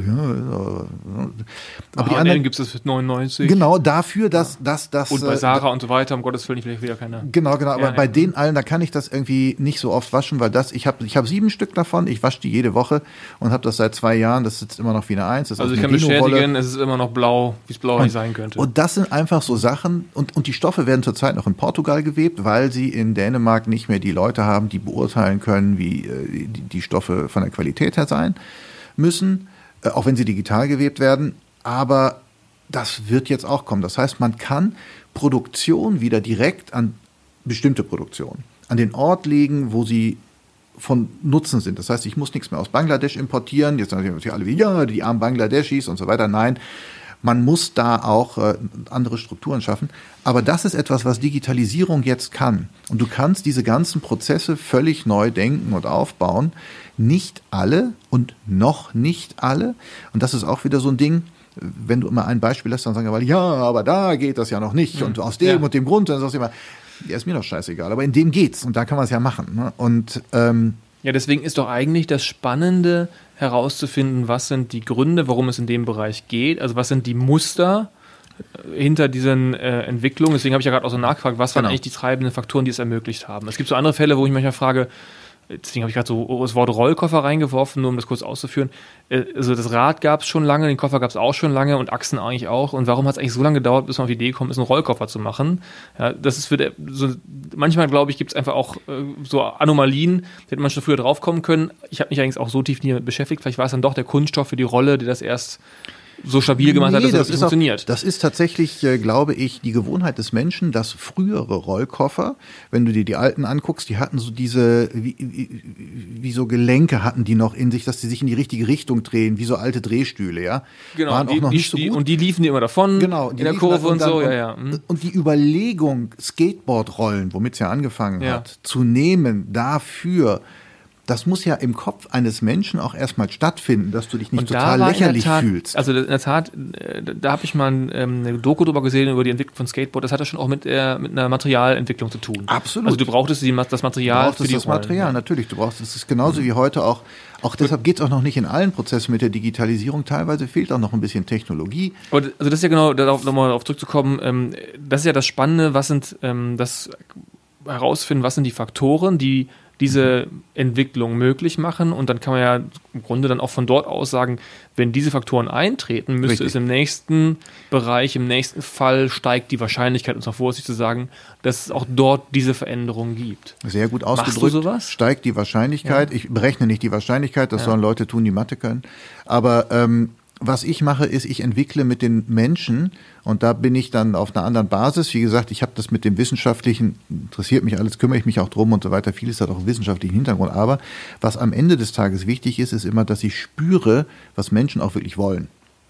Speaker 2: aber die anderen gibt es für 99.
Speaker 1: Genau, dafür, dass
Speaker 2: und bei Sarah und so weiter, um Gottes Willen, vielleicht wieder keine.
Speaker 1: Genau, aber bei denen allen, da kann ich das irgendwie nicht so oft waschen, weil ich habe 7 Stück davon, ich wasche die jede Woche und habe das seit 2 Jahren. Das sitzt immer noch wie eine 1. Das
Speaker 2: also ich kann bestätigen, es ist immer noch blau, wie es blau nicht sein könnte.
Speaker 1: Und das sind einfach so Sachen. Und die Stoffe werden zurzeit noch in Portugal gewebt, weil sie in Dänemark nicht mehr die Leute haben, die beurteilen können, wie die Stoffe von der Qualität her sein müssen, auch wenn sie digital gewebt werden. Aber das wird jetzt auch kommen. Das heißt, man kann Produktion wieder direkt an bestimmte Produktionen an den Ort legen, wo sie von Nutzen sind. Das heißt, ich muss nichts mehr aus Bangladesch importieren. Jetzt sagen sie alle, ja, die armen Bangladeschis und so weiter. Nein, man muss da auch andere Strukturen schaffen. Aber das ist etwas, was Digitalisierung jetzt kann. Und du kannst diese ganzen Prozesse völlig neu denken und aufbauen. Nicht alle und noch nicht alle. Und das ist auch wieder so ein Ding, wenn du immer ein Beispiel hast, dann sagen wir, ja, aber da geht das ja noch nicht. Und aus dem und dem Grund, dann sagst du immer, ja, ist mir doch scheißegal, aber in dem geht's und da kann man es ja machen. Ne? Und
Speaker 2: ja, deswegen ist doch eigentlich das Spannende herauszufinden, was sind die Gründe, warum es in dem Bereich geht, also was sind die Muster hinter diesen Entwicklungen. Deswegen habe ich ja gerade auch so nachgefragt, was waren eigentlich die treibenden Faktoren, die es ermöglicht haben. Es gibt so andere Fälle, wo ich manchmal frage, deswegen habe ich gerade so das Wort Rollkoffer reingeworfen, nur um das kurz auszuführen. Also das Rad gab es schon lange, den Koffer gab es auch schon lange und Achsen eigentlich auch. Und warum hat es eigentlich so lange gedauert, bis man auf die Idee kommt, ist einen Rollkoffer zu machen? Ja, das ist manchmal, glaube ich, gibt es einfach auch so Anomalien, da hätte man schon früher drauf kommen können. Ich habe mich eigentlich auch so tief nie damit beschäftigt. Vielleicht war es dann doch der Kunststoff für die Rolle, der das erst so stabil gemacht hat, dass das funktioniert.
Speaker 1: Das ist tatsächlich, glaube ich, die Gewohnheit des Menschen, dass frühere Rollkoffer, wenn du dir die alten anguckst, die hatten so diese, wie so Gelenke hatten die noch in sich, dass die sich in die richtige Richtung drehen, wie so alte Drehstühle, ja.
Speaker 2: Genau,
Speaker 1: waren auch noch nicht so gut.
Speaker 2: Und die liefen immer davon,
Speaker 1: genau,
Speaker 2: in der Kurve und so.
Speaker 1: Und die Überlegung, Skateboardrollen, womit es ja angefangen hat, zu nehmen dafür, das muss ja im Kopf eines Menschen auch erstmal stattfinden, dass du dich nicht total lächerlich fühlst.
Speaker 2: Also in der Tat, da habe ich mal eine Doku drüber gesehen, über die Entwicklung von Skateboard. Das hat ja schon auch mit einer Materialentwicklung zu tun.
Speaker 1: Absolut.
Speaker 2: Also du brauchtest das Material für die
Speaker 1: Material, natürlich. Du brauchst es ist genauso wie heute auch. Auch deshalb geht es auch noch nicht in allen Prozessen mit der Digitalisierung. Teilweise fehlt auch noch ein bisschen Technologie.
Speaker 2: Also das ist ja genau, nochmal darauf zurückzukommen, das ist ja das Spannende, das herausfinden, was sind die Faktoren, die diese Entwicklung möglich machen, und dann kann man ja im Grunde dann auch von dort aus sagen, wenn diese Faktoren eintreten, müsste es im nächsten Bereich, im nächsten Fall steigt die Wahrscheinlichkeit, um es mal vorsichtig zu sagen, dass es auch dort diese Veränderungen gibt.
Speaker 1: Sehr gut ausgedrückt.
Speaker 2: Machst du sowas?
Speaker 1: Steigt die Wahrscheinlichkeit. Ja. Ich berechne nicht die Wahrscheinlichkeit, das sollen Leute tun, die Mathe können. Aber was ich mache, ist, ich entwickle mit den Menschen, und da bin ich dann auf einer anderen Basis. Wie gesagt, ich habe das mit dem Wissenschaftlichen, interessiert mich alles, kümmere ich mich auch drum und so weiter. Vieles hat auch einen wissenschaftlichen Hintergrund. Aber was am Ende des Tages wichtig ist, ist immer, dass ich spüre, was Menschen auch wirklich wollen.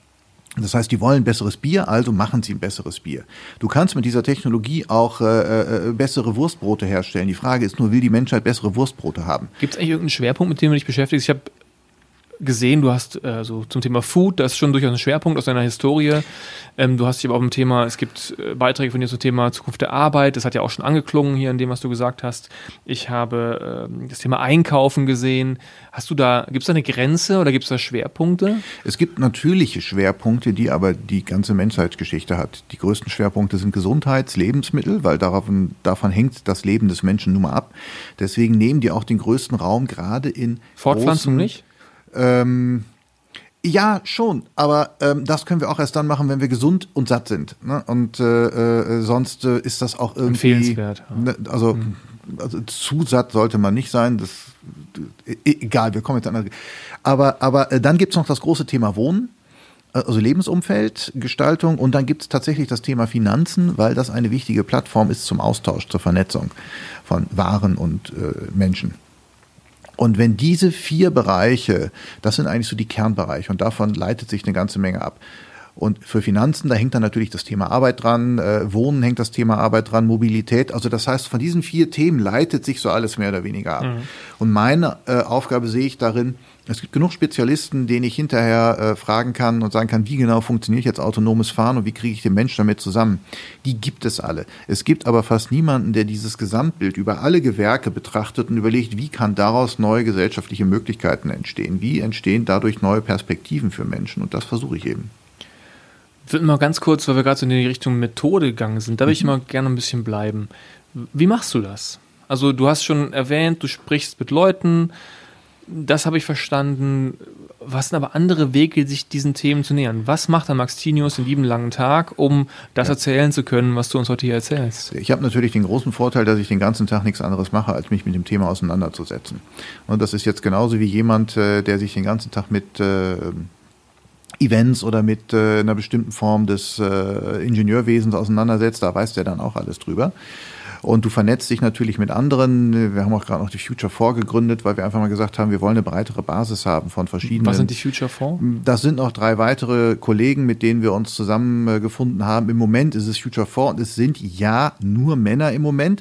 Speaker 1: Das heißt, die wollen besseres Bier, also machen sie ein besseres Bier. Du kannst mit dieser Technologie auch bessere Wurstbrote herstellen. Die Frage ist nur, will die Menschheit bessere Wurstbrote haben?
Speaker 2: Gibt es eigentlich irgendeinen Schwerpunkt, mit dem du dich beschäftigst? Ich habe gesehen, du hast so zum Thema Food, das ist schon durchaus ein Schwerpunkt aus deiner Historie. Du hast dich aber auch im Thema, es gibt Beiträge von dir zum Thema Zukunft der Arbeit, das hat ja auch schon angeklungen hier in dem, was du gesagt hast. Ich habe das Thema Einkaufen gesehen. Gibt es da eine Grenze oder gibt es da Schwerpunkte?
Speaker 1: Es gibt natürliche Schwerpunkte, die aber die ganze Menschheitsgeschichte hat. Die größten Schwerpunkte sind Lebensmittel, weil davon hängt das Leben des Menschen nun mal ab. Deswegen nehmen die auch den größten Raum, gerade in
Speaker 2: Fortpflanzung nicht?
Speaker 1: Ja, schon, aber das können wir auch erst dann machen, wenn wir gesund und satt sind. Ne? Und sonst ist das auch irgendwie
Speaker 2: empfehlenswert. Ja.
Speaker 1: Also zu satt sollte man nicht sein. Das egal, wir kommen jetzt an. Aber dann gibt's noch das große Thema Wohnen. Also Lebensumfeld, Gestaltung, und dann gibt's tatsächlich das Thema Finanzen, weil das eine wichtige Plattform ist zum Austausch, zur Vernetzung von Waren und Menschen. Und wenn diese 4 Bereiche, das sind eigentlich so die Kernbereiche, und davon leitet sich eine ganze Menge ab. Und für Finanzen, da hängt dann natürlich das Thema Arbeit dran, Wohnen hängt das Thema Arbeit dran, Mobilität. Also das heißt, von diesen 4 Themen leitet sich so alles mehr oder weniger ab. Und meine Aufgabe sehe ich darin, es gibt genug Spezialisten, denen ich hinterher fragen kann und sagen kann, wie genau funktioniert jetzt autonomes Fahren und wie kriege ich den Mensch damit zusammen. Die gibt es alle. Es gibt aber fast niemanden, der dieses Gesamtbild über alle Gewerke betrachtet und überlegt, wie kann daraus neue gesellschaftliche Möglichkeiten entstehen? Wie entstehen dadurch neue Perspektiven für Menschen? Und das versuche ich eben.
Speaker 2: Ich würde mal ganz kurz, weil wir gerade so in die Richtung Methode gegangen sind, da würde ich mal gerne ein bisschen bleiben. Wie machst du das? Also du hast schon erwähnt, du sprichst mit Leuten, das habe ich verstanden. Was sind aber andere Wege, sich diesen Themen zu nähern? Was macht der Max Tinius den lieben langen Tag, um das erzählen zu können, was du uns heute hier erzählst?
Speaker 1: Ich habe natürlich den großen Vorteil, dass ich den ganzen Tag nichts anderes mache, als mich mit dem Thema auseinanderzusetzen. Und das ist jetzt genauso wie jemand, der sich den ganzen Tag mit Events oder mit einer bestimmten Form des Ingenieurwesens auseinandersetzt. Da weiß der dann auch alles drüber. und du vernetzt dich natürlich mit anderen. Wir haben auch gerade noch die Future 4 gegründet, weil wir einfach mal gesagt haben, wir wollen eine breitere Basis haben von verschiedenen.
Speaker 2: Was sind die Future 4?
Speaker 1: Das sind noch 3 weitere Kollegen, mit denen wir uns zusammengefunden haben. Im Moment ist es Future 4 und es sind ja nur Männer im Moment.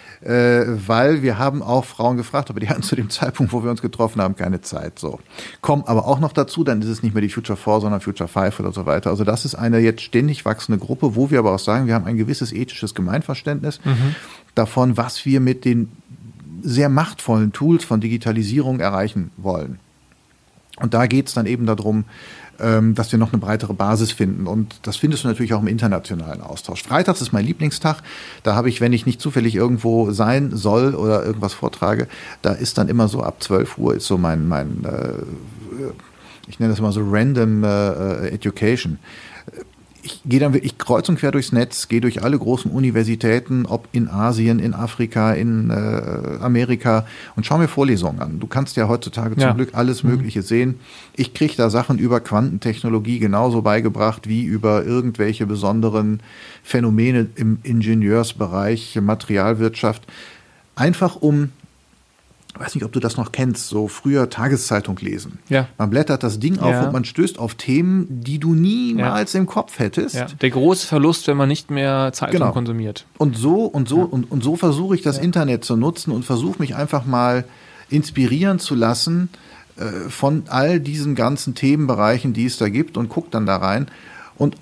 Speaker 1: Weil wir haben auch Frauen gefragt, aber die hatten zu dem Zeitpunkt, wo wir uns getroffen haben, keine Zeit. So. Kommt aber auch noch dazu, dann ist es nicht mehr die Future 4, sondern Future 5 oder so weiter. Also das ist eine jetzt ständig wachsende Gruppe, wo wir aber auch sagen, wir haben ein gewisses ethisches Gemeinverständnis davon, was wir mit den sehr machtvollen Tools von Digitalisierung erreichen wollen. Und da geht es dann eben darum, dass wir noch eine breitere Basis finden. Und das findest du natürlich auch im internationalen Austausch. Freitags ist mein Lieblingstag. Da habe ich, wenn ich nicht zufällig irgendwo sein soll oder irgendwas vortrage, da ist dann immer so ab 12 Uhr ist so mein ich nenne das immer so Random Education. Ich gehe dann wirklich kreuz und quer durchs Netz, gehe durch alle großen Universitäten, ob in Asien, in Afrika, in Amerika und schaue mir Vorlesungen an. Du kannst ja heutzutage zum Glück alles Mögliche sehen. Ich kriege da Sachen über Quantentechnologie genauso beigebracht wie über irgendwelche besonderen Phänomene im Ingenieursbereich, Materialwirtschaft. Einfach ich weiß nicht, ob du das noch kennst, so früher Tageszeitung lesen.
Speaker 2: Ja.
Speaker 1: Man blättert das Ding auf und man stößt auf Themen, die du niemals im Kopf hättest.
Speaker 2: Ja. Der große Verlust, wenn man nicht mehr Zeitung konsumiert.
Speaker 1: Und so versuche ich das Internet zu nutzen und versuche mich einfach mal inspirieren zu lassen von all diesen ganzen Themenbereichen, die es da gibt und gucke dann da rein. Und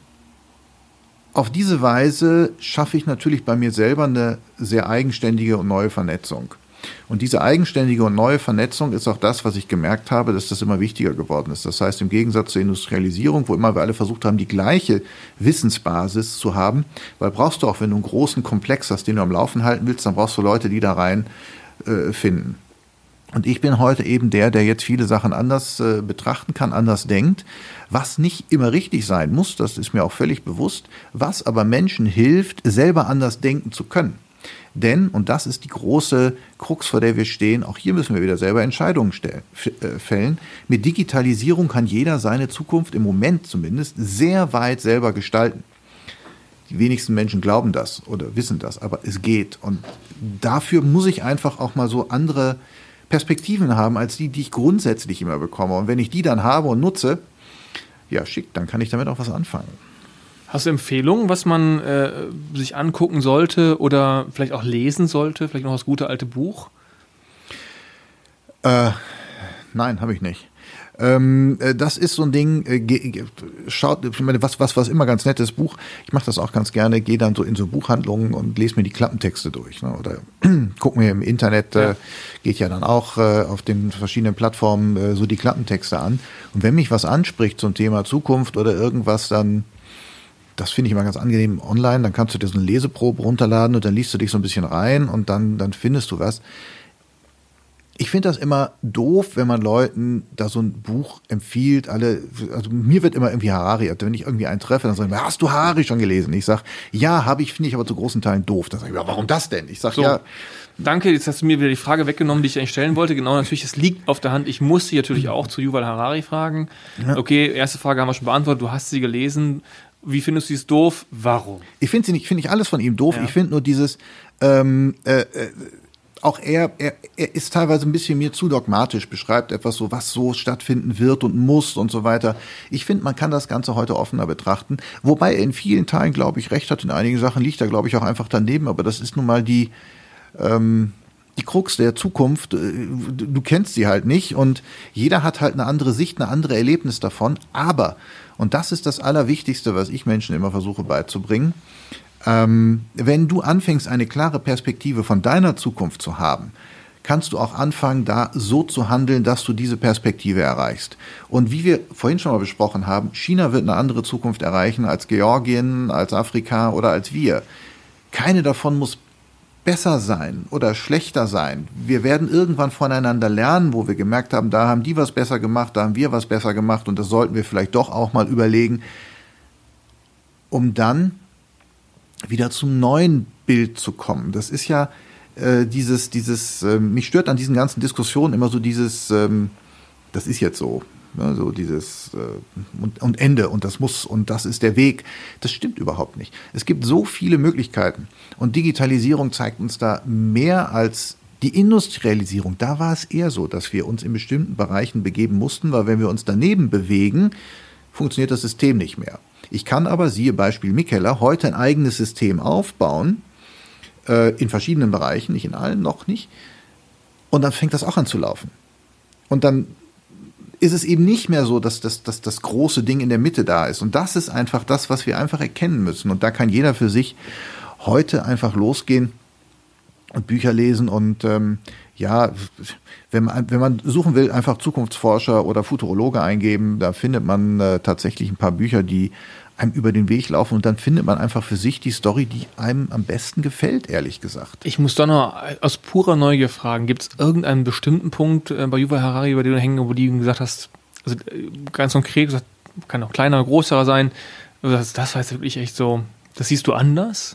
Speaker 1: auf diese Weise schaffe ich natürlich bei mir selber eine sehr eigenständige und neue Vernetzung. Und diese eigenständige und neue Vernetzung ist auch das, was ich gemerkt habe, dass das immer wichtiger geworden ist. Das heißt, im Gegensatz zur Industrialisierung, wo immer wir alle versucht haben, die gleiche Wissensbasis zu haben, weil brauchst du auch, wenn du einen großen Komplex hast, den du am Laufen halten willst, dann brauchst du Leute, die da rein finden. Und ich bin heute eben der jetzt viele Sachen anders betrachten kann, anders denkt, was nicht immer richtig sein muss, das ist mir auch völlig bewusst, was aber Menschen hilft, selber anders denken zu können. Denn, und das ist die große Krux, vor der wir stehen, auch hier müssen wir wieder selber Entscheidungen fällen. Mit Digitalisierung kann jeder seine Zukunft im Moment zumindest sehr weit selber gestalten. Die wenigsten Menschen glauben das oder wissen das, aber es geht. Und dafür muss ich einfach auch mal so andere Perspektiven haben, als die ich grundsätzlich immer bekomme. Und wenn ich die dann habe und nutze, ja, schick, dann kann ich damit auch was anfangen.
Speaker 2: Hast du Empfehlungen, was man sich angucken sollte oder vielleicht auch lesen sollte? Vielleicht noch das gute alte Buch?
Speaker 1: Nein, habe ich nicht. Das ist so ein Ding, schaut, ich meine, was immer ganz nettes Buch, ich mache das auch ganz gerne, gehe dann so in so Buchhandlungen und lese mir die Klappentexte durch, ne, oder guck mir im Internet, geht ja dann auch auf den verschiedenen Plattformen so die Klappentexte an. Und wenn mich was anspricht zum Thema Zukunft oder irgendwas, dann das finde ich immer ganz angenehm online, dann kannst du dir so eine Leseprobe runterladen und dann liest du dich so ein bisschen rein und dann findest du was. Ich finde das immer doof, wenn man Leuten da so ein Buch empfiehlt. Also mir wird immer irgendwie Harari, wenn ich irgendwie einen treffe, dann sagen wir, hast du Harari schon gelesen? Ich sage, ja, habe ich, finde ich aber zu großen Teilen doof. Dann sage ich, ja, warum das denn? Ich sage, so, ja.
Speaker 2: Danke, jetzt hast du mir wieder die Frage weggenommen, die ich eigentlich stellen wollte. Genau, natürlich, es liegt auf der Hand. Ich muss sie natürlich auch zu Yuval Harari fragen. Okay, erste Frage haben wir schon beantwortet. Du hast sie gelesen. Wie findest du es doof? Warum?
Speaker 1: Ich finde nicht alles von ihm doof. Ja. Ich finde nur dieses, auch er ist teilweise ein bisschen mir zu dogmatisch, beschreibt etwas so, was so stattfinden wird und muss und so weiter. Ich finde, man kann das Ganze heute offener betrachten, wobei er in vielen Teilen, glaube ich, recht hat. In einigen Sachen liegt er, glaube ich, auch einfach daneben, aber das ist nun mal die Krux der Zukunft. Du kennst sie halt nicht und jeder hat halt eine andere Sicht, eine andere Erlebnis davon, aber, und das ist das Allerwichtigste, was ich Menschen immer versuche beizubringen, wenn du anfängst, eine klare Perspektive von deiner Zukunft zu haben, kannst du auch anfangen, da so zu handeln, dass du diese Perspektive erreichst. Und wie wir vorhin schon mal besprochen haben, China wird eine andere Zukunft erreichen als Georgien, als Afrika oder als wir. Keine davon muss besser sein oder schlechter sein. Wir werden irgendwann voneinander lernen, wo wir gemerkt haben, da haben die was besser gemacht, da haben wir was besser gemacht und das sollten wir vielleicht doch auch mal überlegen, um dann wieder zum neuen Bild zu kommen. Das ist ja mich stört an diesen ganzen Diskussionen immer so dieses, das ist jetzt so, Ne, so dieses und Ende und das muss und das ist der Weg. Das stimmt überhaupt nicht. Es gibt so viele Möglichkeiten und Digitalisierung zeigt uns da mehr als die Industrialisierung. Da war es eher so, dass wir uns in bestimmten Bereichen begeben mussten, weil wenn wir uns daneben bewegen, funktioniert das System nicht mehr. Ich kann aber, siehe Beispiel Mikkeller, heute ein eigenes System aufbauen, in verschiedenen Bereichen, nicht in allen, noch nicht, und dann fängt das auch an zu laufen. Und dann ist es eben nicht mehr so, dass das große Ding in der Mitte da ist. Und das ist einfach das, was wir einfach erkennen müssen. Und da kann jeder für sich heute einfach losgehen und Bücher lesen und wenn man suchen will, einfach Zukunftsforscher oder Futurologe eingeben, da findet man tatsächlich ein paar Bücher, die einem über den Weg laufen und dann findet man einfach für sich die Story, die einem am besten gefällt, ehrlich gesagt.
Speaker 2: Ich muss doch noch aus purer Neugier fragen, gibt es irgendeinen bestimmten Punkt bei Yuval Harari, bei dem du hängen geblieben gesagt hast, also ganz konkret, kann auch kleiner, größer sein, das war jetzt wirklich echt so, das siehst du anders?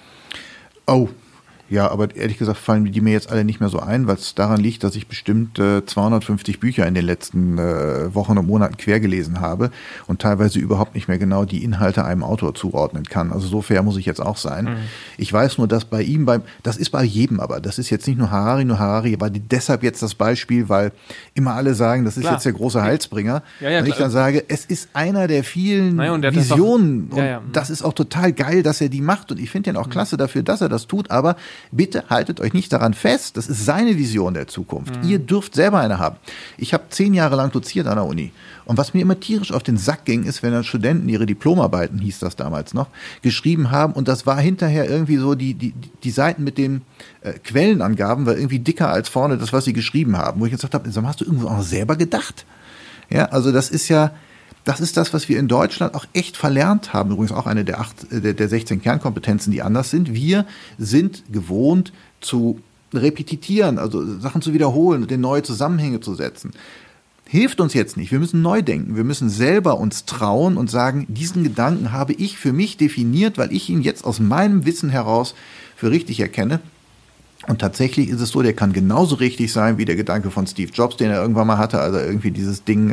Speaker 1: Oh, ja, aber ehrlich gesagt fallen die mir jetzt alle nicht mehr so ein, weil es daran liegt, dass ich bestimmt 250 Bücher in den letzten Wochen und Monaten quer gelesen habe und teilweise überhaupt nicht mehr genau die Inhalte einem Autor zuordnen kann. Also so fair muss ich jetzt auch sein. Mhm. Ich weiß nur, dass bei ihm, das ist bei jedem aber, das ist jetzt nicht nur Harari, aber deshalb jetzt das Beispiel, weil immer alle sagen, das ist jetzt der große Heilsbringer. Ja, und ich dann sage, es ist einer der vielen Visionen und das ist auch total geil, dass er die macht und ich finde ihn auch klasse dafür, dass er das tut, aber bitte haltet euch nicht daran fest, das ist seine Vision der Zukunft. Ihr dürft selber eine haben. Ich habe 10 Jahre lang doziert an der Uni. Und was mir immer tierisch auf den Sack ging, ist, wenn dann Studenten ihre Diplomarbeiten, hieß das damals noch, geschrieben haben und das war hinterher irgendwie so, die Seiten mit den Quellenangaben war irgendwie dicker als vorne das, was sie geschrieben haben. Wo ich gesagt habe, hast du irgendwo auch selber gedacht? Ja, also das ist das, was wir in Deutschland auch echt verlernt haben. Übrigens auch eine der 16 Kernkompetenzen, die anders sind. Wir sind gewohnt zu repetitieren, also Sachen zu wiederholen und in neue Zusammenhänge zu setzen. Hilft uns jetzt nicht. Wir müssen neu denken. Wir müssen selber uns trauen und sagen, diesen Gedanken habe ich für mich definiert, weil ich ihn jetzt aus meinem Wissen heraus für richtig erkenne. Und tatsächlich ist es so, der kann genauso richtig sein wie der Gedanke von Steve Jobs, den er irgendwann mal hatte, also irgendwie dieses Ding,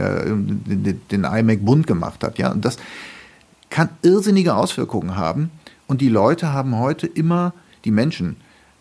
Speaker 1: den iMac bunt gemacht hat. Ja, und das kann irrsinnige Auswirkungen haben. Und die Leute haben heute immer, die Menschen,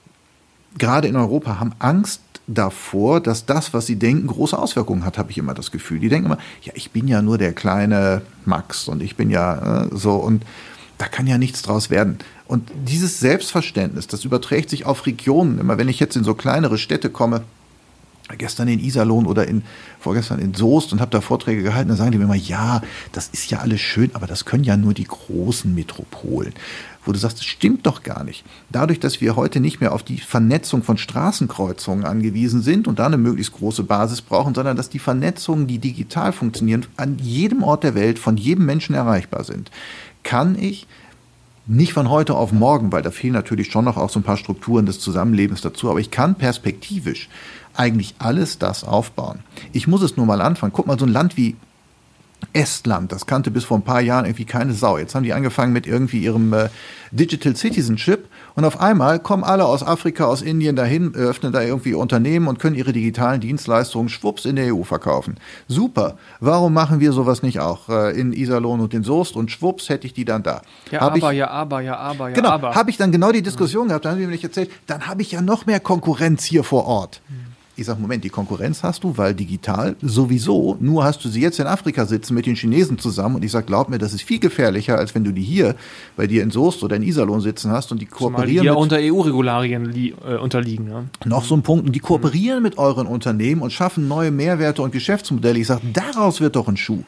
Speaker 1: gerade in Europa, haben Angst davor, dass das, was sie denken, große Auswirkungen hat, habe ich immer das Gefühl. Die denken immer, ja, ich bin ja nur der kleine Max und ich bin ja so und da kann ja nichts draus werden. Und dieses Selbstverständnis, das überträgt sich auf Regionen. Immer wenn ich jetzt in so kleinere Städte komme, gestern in Iserlohn oder vorgestern in Soest und habe da Vorträge gehalten, dann sagen die mir immer, ja, das ist ja alles schön, aber das können ja nur die großen Metropolen. Wo du sagst, das stimmt doch gar nicht. Dadurch, dass wir heute nicht mehr auf die Vernetzung von Straßenkreuzungen angewiesen sind und da eine möglichst große Basis brauchen, sondern dass die Vernetzungen, die digital funktionieren, an jedem Ort der Welt von jedem Menschen erreichbar sind, kann ich nicht von heute auf morgen, weil da fehlen natürlich schon noch auch so ein paar Strukturen des Zusammenlebens dazu, aber ich kann perspektivisch eigentlich alles das aufbauen. Ich muss es nur mal anfangen. Guck mal, so ein Land wie Estland, das kannte bis vor ein paar Jahren irgendwie keine Sau. Jetzt haben die angefangen mit irgendwie ihrem Digital Citizenship und auf einmal kommen alle aus Afrika, aus Indien dahin, öffnen da irgendwie Unternehmen und können ihre digitalen Dienstleistungen schwupps in der EU verkaufen. Super. Warum machen wir sowas nicht auch in Iserlohn und in Soest und schwupps hätte ich die dann da.
Speaker 2: Ja, aber.
Speaker 1: Genau, habe ich dann genau die Diskussion gehabt, dann haben die mir nicht erzählt, dann habe ich ja noch mehr Konkurrenz hier vor Ort. Ich sage, Moment, die Konkurrenz hast du, weil digital sowieso, nur hast du sie jetzt in Afrika sitzen mit den Chinesen zusammen und ich sage, glaub mir, das ist viel gefährlicher, als wenn du die hier bei dir in Soest oder in Iserlohn sitzen hast und die kooperieren.
Speaker 2: Zumal die ja unter EU-Regularien unterliegen. Ja.
Speaker 1: Noch so ein Punkt, und die kooperieren mit euren Unternehmen und schaffen neue Mehrwerte und Geschäftsmodelle. Ich sage, daraus wird doch ein Schuh.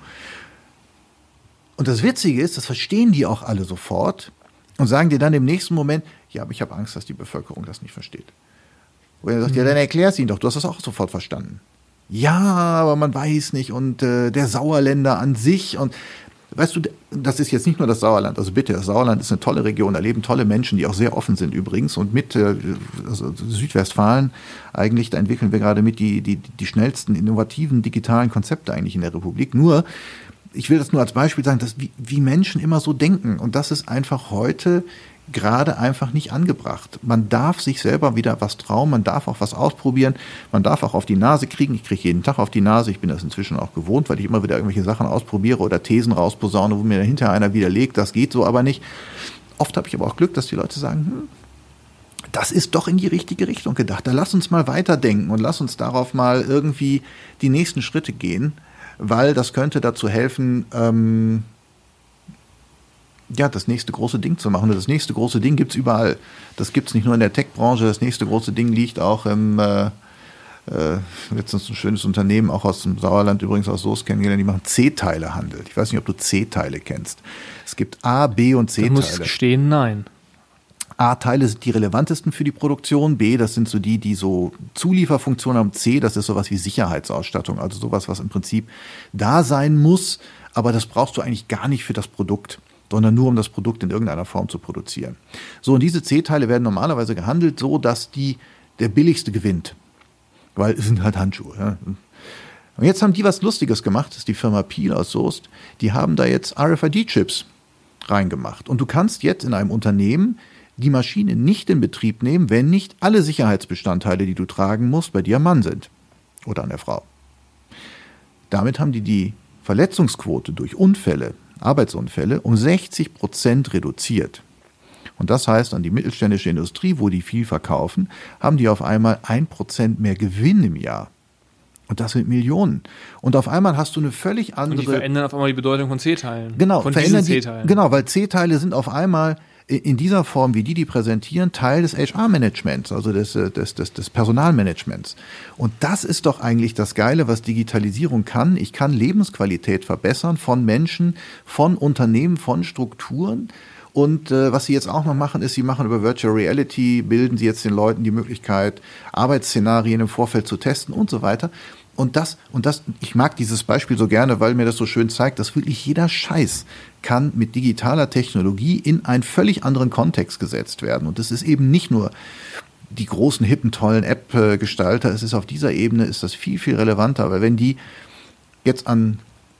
Speaker 1: Und das Witzige ist, das verstehen die auch alle sofort und sagen dir dann im nächsten Moment, ja, aber ich habe Angst, dass die Bevölkerung das nicht versteht. Wo er sagt, ja, dann erklär's ihnen doch, du hast das auch sofort verstanden. Ja, aber man weiß nicht und der Sauerländer an sich und weißt du, das ist jetzt nicht nur das Sauerland, also bitte, das Sauerland ist eine tolle Region, da leben tolle Menschen, die auch sehr offen sind übrigens und mit also Südwestfalen eigentlich, da entwickeln wir gerade mit die schnellsten, innovativen, digitalen Konzepte eigentlich in der Republik. Nur, ich will das nur als Beispiel sagen, dass wie Menschen immer so denken und das ist einfach heute gerade einfach nicht angebracht. Man darf sich selber wieder was trauen, man darf auch was ausprobieren, man darf auch auf die Nase kriegen. Ich kriege jeden Tag auf die Nase, ich bin das inzwischen auch gewohnt, weil ich immer wieder irgendwelche Sachen ausprobiere oder Thesen rausposaune, wo mir dann hinterher einer widerlegt, das geht so aber nicht. Oft habe ich aber auch Glück, dass die Leute sagen, das ist doch in die richtige Richtung gedacht. Da lass uns mal weiterdenken und lass uns darauf mal irgendwie die nächsten Schritte gehen, weil das könnte dazu helfen, das nächste große Ding zu machen. Und das nächste große Ding gibt's überall. Das gibt's nicht nur in der Tech-Branche, das nächste große Ding liegt auch im, letztens ein schönes Unternehmen, auch aus dem Sauerland, übrigens aus Soest kennengelernt, die machen C-Teile-Handel. Ich weiß nicht, ob du C-Teile kennst. Es gibt A, B und C-Teile.
Speaker 2: Da muss ich gestehen, nein.
Speaker 1: A-Teile sind die relevantesten für die Produktion, B, das sind so die so Zulieferfunktionen haben, C, das ist sowas wie Sicherheitsausstattung, also sowas, was im Prinzip da sein muss, aber das brauchst du eigentlich gar nicht für das Produkt, sondern nur, um das Produkt in irgendeiner Form zu produzieren. So, und diese C-Teile werden normalerweise gehandelt so, dass der billigste gewinnt, weil es sind halt Handschuhe. Ja. Und jetzt haben die was Lustiges gemacht, das ist die Firma Piel aus Soest, die haben da jetzt RFID-Chips reingemacht. Und du kannst jetzt in einem Unternehmen die Maschine nicht in Betrieb nehmen, wenn nicht alle Sicherheitsbestandteile, die du tragen musst, bei dir am Mann sind oder an der Frau. Damit haben die Verletzungsquote durch Unfälle, Arbeitsunfälle, um 60% reduziert. Und das heißt, an die mittelständische Industrie, wo die viel verkaufen, haben die auf einmal 1% mehr Gewinn im Jahr. Und das sind Millionen. Und auf einmal hast du eine völlig andere...
Speaker 2: Und die verändern auf einmal die Bedeutung von C-Teilen.
Speaker 1: Genau,
Speaker 2: von
Speaker 1: verändern
Speaker 2: diesen C-Teilen.
Speaker 1: Genau, weil C-Teile sind auf einmal in dieser Form, wie die präsentieren, Teil des HR-Managements, also des Personalmanagements. Und das ist doch eigentlich das Geile, was Digitalisierung kann. Ich kann Lebensqualität verbessern von Menschen, von Unternehmen, von Strukturen. Und was sie jetzt auch noch machen, ist, sie machen über Virtual Reality, bilden sie jetzt den Leuten die Möglichkeit, Arbeitsszenarien im Vorfeld zu testen und so weiter. Und das, ich mag dieses Beispiel so gerne, weil mir das so schön zeigt, dass wirklich jeder Scheiß kann mit digitaler Technologie in einen völlig anderen Kontext gesetzt werden. Und das ist eben nicht nur die großen, hippen, tollen App-Gestalter. Es ist auf dieser Ebene, ist das viel, viel relevanter. Weil wenn die jetzt an,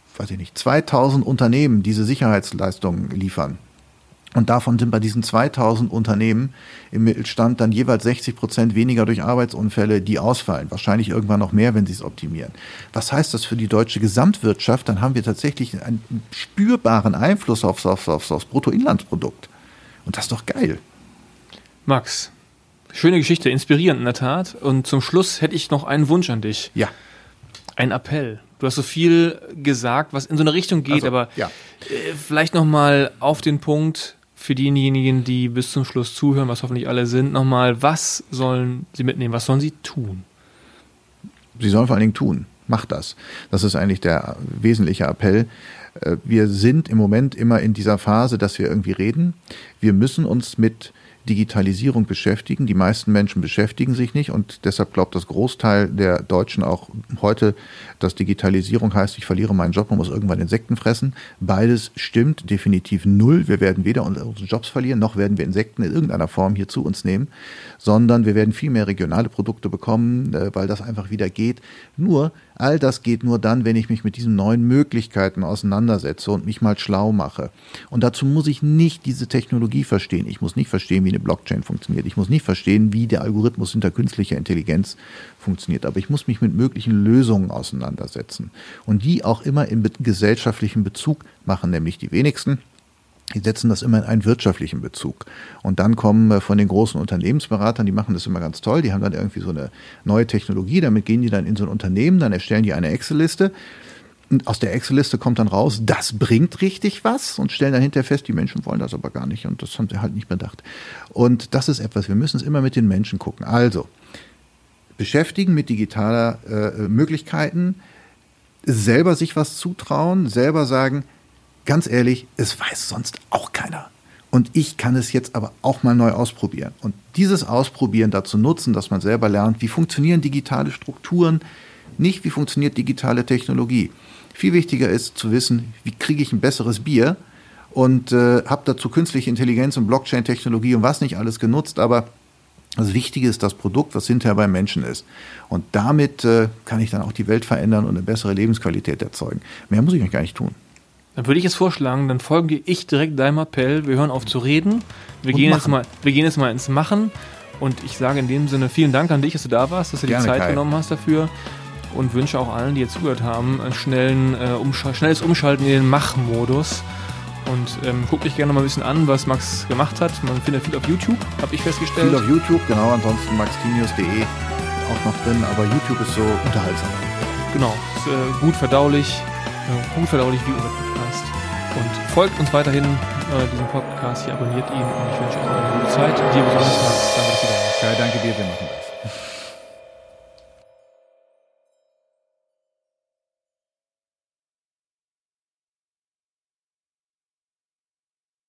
Speaker 1: 2000 Unternehmen diese Sicherheitsleistungen liefern, und davon sind bei diesen 2000 Unternehmen im Mittelstand dann jeweils 60% weniger durch Arbeitsunfälle, die ausfallen. Wahrscheinlich irgendwann noch mehr, wenn sie es optimieren. Was heißt das für die deutsche Gesamtwirtschaft? Dann haben wir tatsächlich einen spürbaren Einfluss aufs Bruttoinlandsprodukt. Und das ist doch geil.
Speaker 2: Max, schöne Geschichte, inspirierend in der Tat. Und zum Schluss hätte ich noch einen Wunsch an dich.
Speaker 1: Ja.
Speaker 2: Ein Appell. Du hast so viel gesagt, was in so eine Richtung geht, aber vielleicht nochmal auf den Punkt für diejenigen, die bis zum Schluss zuhören, was hoffentlich alle sind, nochmal, was sollen sie mitnehmen, was sollen sie tun?
Speaker 1: Sie sollen vor allen Dingen tun. Macht das. Das ist eigentlich der wesentliche Appell. Wir sind im Moment immer in dieser Phase, dass wir irgendwie reden. Wir müssen uns mit Digitalisierung beschäftigen. Die meisten Menschen beschäftigen sich nicht und deshalb glaubt das Großteil der Deutschen auch heute, dass Digitalisierung heißt, ich verliere meinen Job und muss irgendwann Insekten fressen. Beides stimmt definitiv null. Wir werden weder unsere Jobs verlieren, noch werden wir Insekten in irgendeiner Form hier zu uns nehmen, sondern wir werden viel mehr regionale Produkte bekommen, weil das einfach wieder geht. Nur, all das geht nur dann, wenn ich mich mit diesen neuen Möglichkeiten auseinandersetze und mich mal schlau mache. Und dazu muss ich nicht diese Technologie verstehen. Ich muss nicht verstehen, wie eine Blockchain funktioniert. Ich muss nicht verstehen, wie der Algorithmus hinter künstlicher Intelligenz funktioniert. Aber ich muss mich mit möglichen Lösungen auseinandersetzen. Und die auch immer in gesellschaftlichen Bezug machen, nämlich die wenigsten. Die setzen das immer in einen wirtschaftlichen Bezug. Und dann kommen von den großen Unternehmensberatern, die machen das immer ganz toll, die haben dann irgendwie so eine neue Technologie, damit gehen die dann in so ein Unternehmen, dann erstellen die eine Excel-Liste. Und aus der Excel-Liste kommt dann raus, das bringt richtig was und stellen dann hinterher fest, die Menschen wollen das aber gar nicht und das haben sie halt nicht bedacht. Und das ist etwas, wir müssen es immer mit den Menschen gucken. Also, beschäftigen mit digitaler Möglichkeiten, selber sich was zutrauen, selber sagen, ganz ehrlich, es weiß sonst auch keiner. Und ich kann es jetzt aber auch mal neu ausprobieren. Und dieses Ausprobieren dazu nutzen, dass man selber lernt, wie funktionieren digitale Strukturen, nicht wie funktioniert digitale Technologie. Viel wichtiger ist zu wissen, wie kriege ich ein besseres Bier und habe dazu künstliche Intelligenz und Blockchain-Technologie und was nicht alles genutzt, aber das Wichtige ist das Produkt, was hinterher beim Menschen ist. Und damit kann ich dann auch die Welt verändern und eine bessere Lebensqualität erzeugen. Mehr muss ich gar nicht tun.
Speaker 2: Dann würde ich jetzt vorschlagen, dann folge ich direkt deinem Appell. Wir hören auf zu reden. Wir gehen jetzt mal ins Machen. Und ich sage in dem Sinne vielen Dank an dich, dass du da warst, dass du
Speaker 1: Gerne,
Speaker 2: die Zeit
Speaker 1: Kai.
Speaker 2: genommen hast dafür. Und wünsche auch allen, die jetzt zugehört haben, ein schnelles Umschalten in den Mach-Modus. Und guckt euch gerne mal ein bisschen an, was Max gemacht hat. Man findet viel auf YouTube, habe ich festgestellt.
Speaker 1: Viel auf YouTube, genau. Ansonsten maxtinius.de auch noch drin. Aber YouTube ist so unterhaltsam.
Speaker 2: Genau, ist gut verdaulich wie unser Podcast. Und folgt uns weiterhin diesem Podcast hier, abonniert ihn und ich wünsche euch eine gute Zeit. Dir besonders, Max, danke, dass du da warst.
Speaker 1: Ja, danke dir, wir machen das.